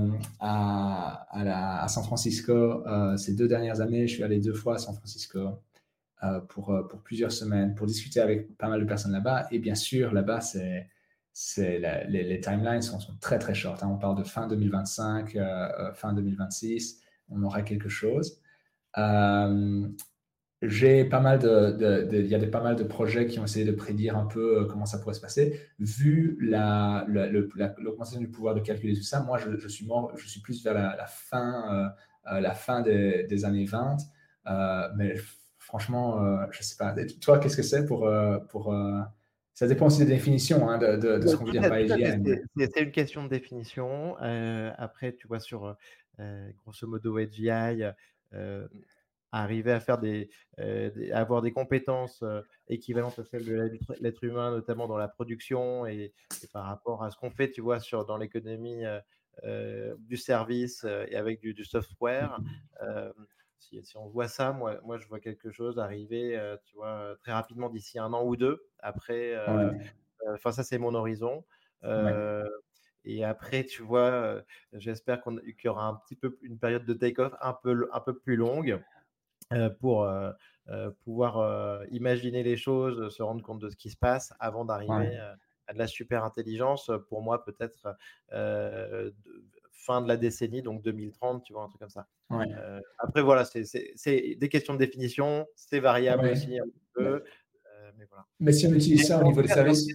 à San Francisco ces 2 dernières années. Je suis allé 2 fois à San Francisco pour plusieurs semaines, pour discuter avec pas mal de personnes là-bas. Et bien sûr, là-bas, les timelines sont très, très short, hein. On parle de fin 2025, fin 2026, on aura quelque chose. Euh, j'ai pas mal il y a pas mal de projets qui ont essayé de prédire un peu comment ça pourrait se passer. Vu l'augmentation du pouvoir de calcul et tout ça, moi, je suis plus vers la fin des années 20. Mais franchement, je sais pas. Et toi, qu'est-ce que c'est ça dépend aussi des définitions, hein, de ce qu'on veut dire par Tout à fait, AGI. c'est une question de définition. Après, tu vois, sur grosso modo AGI, arriver à faire avoir des compétences équivalentes à celles de l'être humain, notamment dans la production et par rapport à ce qu'on fait, tu vois, dans l'économie du service et avec du software. Euh, si on voit ça, moi, je vois quelque chose arriver, tu vois, très rapidement d'ici un an ou deux. Après, Ouais, enfin, ça, c'est mon horizon. ouais, Euh, et après, tu vois, j'espère qu'il y aura un petit peu une période de take-off un peu plus longue pour pouvoir imaginer les choses, se rendre compte de ce qui se passe avant d'arriver ouais, à de la super intelligence. Pour moi, peut-être fin de la décennie, donc 2030, tu vois, un truc comme ça. ouais, Après, voilà, c'est des questions de définition, c'est variable ouais. aussi un petit Mais, peu, mais voilà. mais si on Mais utilise ça au en niveau tout des cas, services,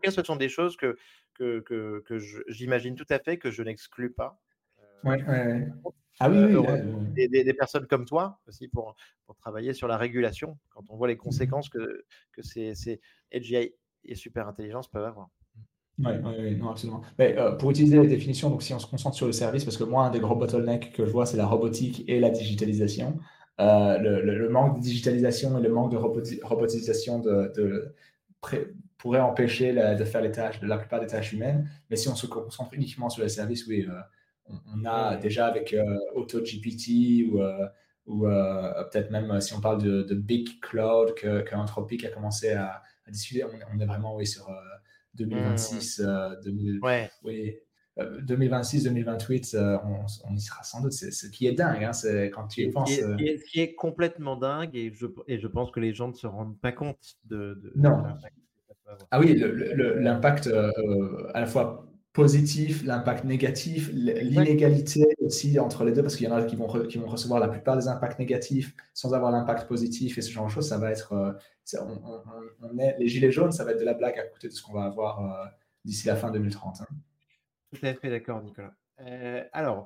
cas, ce sont des choses que j'imagine tout à fait, que je n'exclus pas. Ouais, ouais, ouais. Par contre, Ah oui, oui, là, heureusement, des personnes comme toi aussi pour travailler sur la régulation, quand on voit les conséquences que ces AGI et super intelligence peuvent avoir. oui, oui, oui, non, absolument. Mais pour utiliser les définitions, donc si on se concentre sur le service, parce que moi, un des gros bottlenecks que je vois, c'est la robotique et la digitalisation. Le manque de digitalisation et le manque de robotisation pourrait empêcher de faire la plupart des tâches humaines. Mais si on se concentre uniquement sur les services, oui, on a Mmh. déjà avec AutoGPT ou peut-être même si on parle de Big Cloud que Anthropic a commencé à discuter, on est vraiment oui, sur Mmh. 2026, 2000, Ouais. oui, 2026, 2028, on y sera sans doute. C'est ce qui est dingue, hein, c'est quand tu y Et penses. ce qui est complètement dingue et je pense que les gens ne se rendent pas compte de Non. l'impact que ça peut avoir. Ah oui, Heu, l'impact à la fois positif, l'impact négatif, exact. l'inégalité aussi entre les deux, parce qu'il y en a qui vont recevoir la plupart des impacts négatifs sans avoir l'impact positif et ce genre de choses. Ça va être, les gilets jaunes, ça va être de la blague à côté de ce qu'on va avoir d'ici la fin 2030. Hein. Tout à fait d'accord, Nicolas. Alors,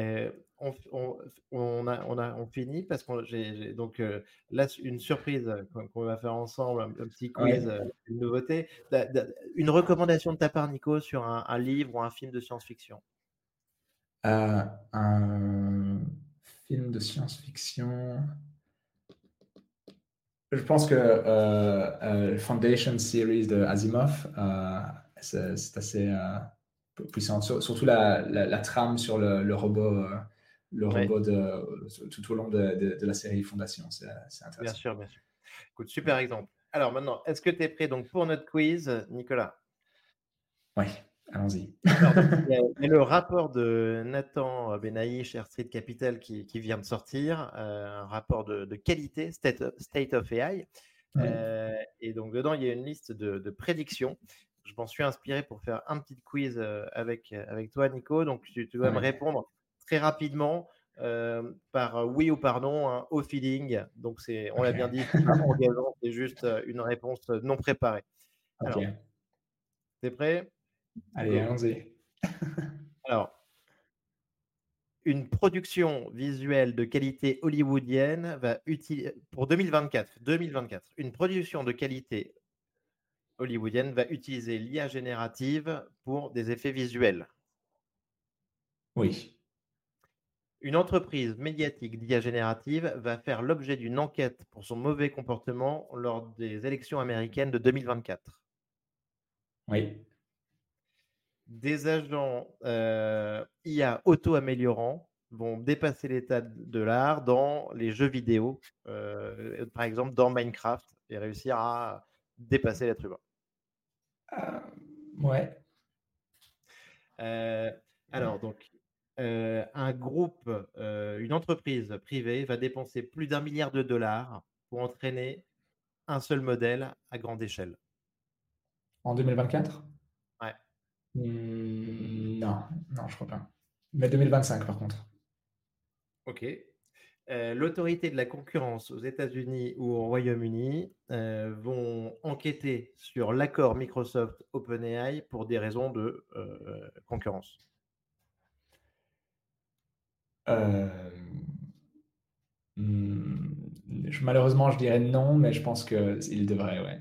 on finit parce qu'on j'ai donc là, une surprise qu'on va faire ensemble, un petit quiz, Ouais. une nouveauté. Une recommandation de ta part, Nico, sur un livre ou un film de science-fiction? Un film de science-fiction. Je pense que Foundation Series de Asimov, c'est assez puissant. Surtout la trame sur le Oui, robot tout au long de la série Fondation. C'est bien intéressant. sûr, bien sûr. Écoute, super exemple. Alors maintenant, est-ce que tu es prêt donc pour notre quiz, Nicolas? Oui, allons-y. Alors donc, il y a le rapport de Nathan Benahi chez Air Street Capital qui vient de sortir, un rapport de qualité, State of AI. Oui, Et donc dedans, il y a une liste de prédictions. Je m'en suis inspiré pour faire un petit quiz avec toi, Nico. Donc tu dois me oui. répondre très rapidement par oui ou par non, hein, au feeling. Donc on Ok, l'a bien dit, c'est pas engageant, c'est juste une réponse non préparée. ok. Alors, t'es prêt? Allez, Go. allons-y. Alors, une production visuelle de qualité hollywoodienne va utiliser, pour 2024, une production de qualité hollywoodienne va utiliser l'IA générative pour des effets visuels. Oui, Une entreprise médiatique d'IA générative va faire l'objet d'une enquête pour son mauvais comportement lors des élections américaines de 2024. oui. Des agents IA auto-améliorants vont dépasser l'état de l'art dans les jeux vidéo, par exemple dans Minecraft, et réussir à dépasser l'être humain. Euh, ouais. Euh, alors, donc, un groupe, une entreprise privée va dépenser plus d'1 milliard de dollars pour entraîner un seul modèle à grande échelle. En 2024? Ouais, Non, non, je crois pas. Mais 2025, par contre. ok. L'autorité de la concurrence aux États-Unis ou au Royaume-Uni vont enquêter sur l'accord Microsoft OpenAI pour des raisons de concurrence. Euh, Malheureusement, je dirais non, mais je pense qu'il devrait, ouais.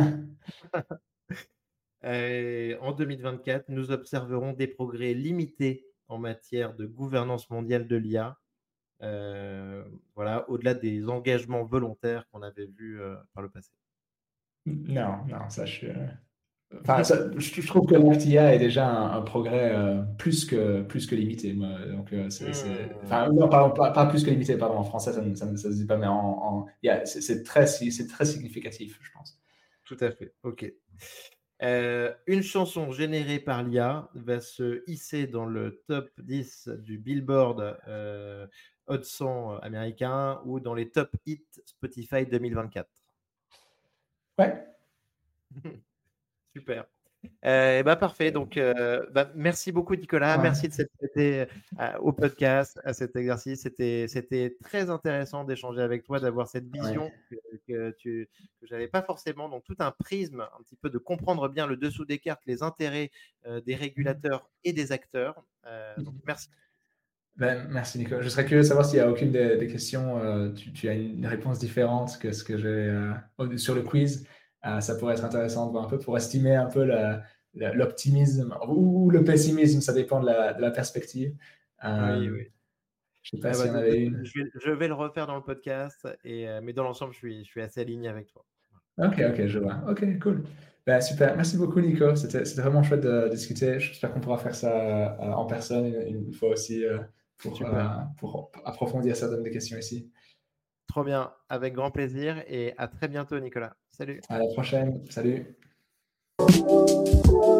En 2024, nous observerons des progrès limités en matière de gouvernance mondiale de l'IA. Voilà, au-delà des engagements volontaires qu'on avait vus par le passé. Non, non, ça, enfin, je trouve que l'FTIA est déjà un progrès plus que limité. Moi. Donc, Hmm, enfin, non, pardon, pas plus que limité, pardon, en français, ça se dit pas, mais c'est très significatif, je pense. tout à fait. OK. Une chanson générée par l'IA va se hisser dans le top 10 du Billboard Hot 100 américain ou dans les top hits Spotify 2024. Ouais, Super. Et bah, parfait. Donc, bah, merci beaucoup, Nicolas. Ouais, Merci de s'être prêté au podcast, à cet exercice. C'était très intéressant d'échanger avec toi, d'avoir cette ouais. vision que j'avais pas forcément. Donc, tout un prisme, un petit peu de comprendre bien le dessous des cartes, les intérêts des régulateurs et des acteurs. Donc, merci. Ben, merci Nico. Je serais curieux de savoir s'il y a aucune des questions, tu as une réponse différente que ce que j'ai sur le quiz. Ça pourrait être intéressant de voir un peu pour estimer un peu l'optimisme ou le pessimisme, ça dépend de la perspective. Oui, Euh, oui. je ne sais pas Bah, s'il y en avait une. je vais le refaire dans le podcast, mais dans l'ensemble, je suis assez aligné avec toi. Ok, ok, je vois. Ok, cool. Ben, super. Merci beaucoup, Nico. C'était vraiment chouette de discuter. J'espère qu'on pourra faire ça en personne une fois aussi Super. pour approfondir certaines des questions ici. Trop bien. Avec grand plaisir et à très bientôt, Nicolas. Salut. À la prochaine. Salut.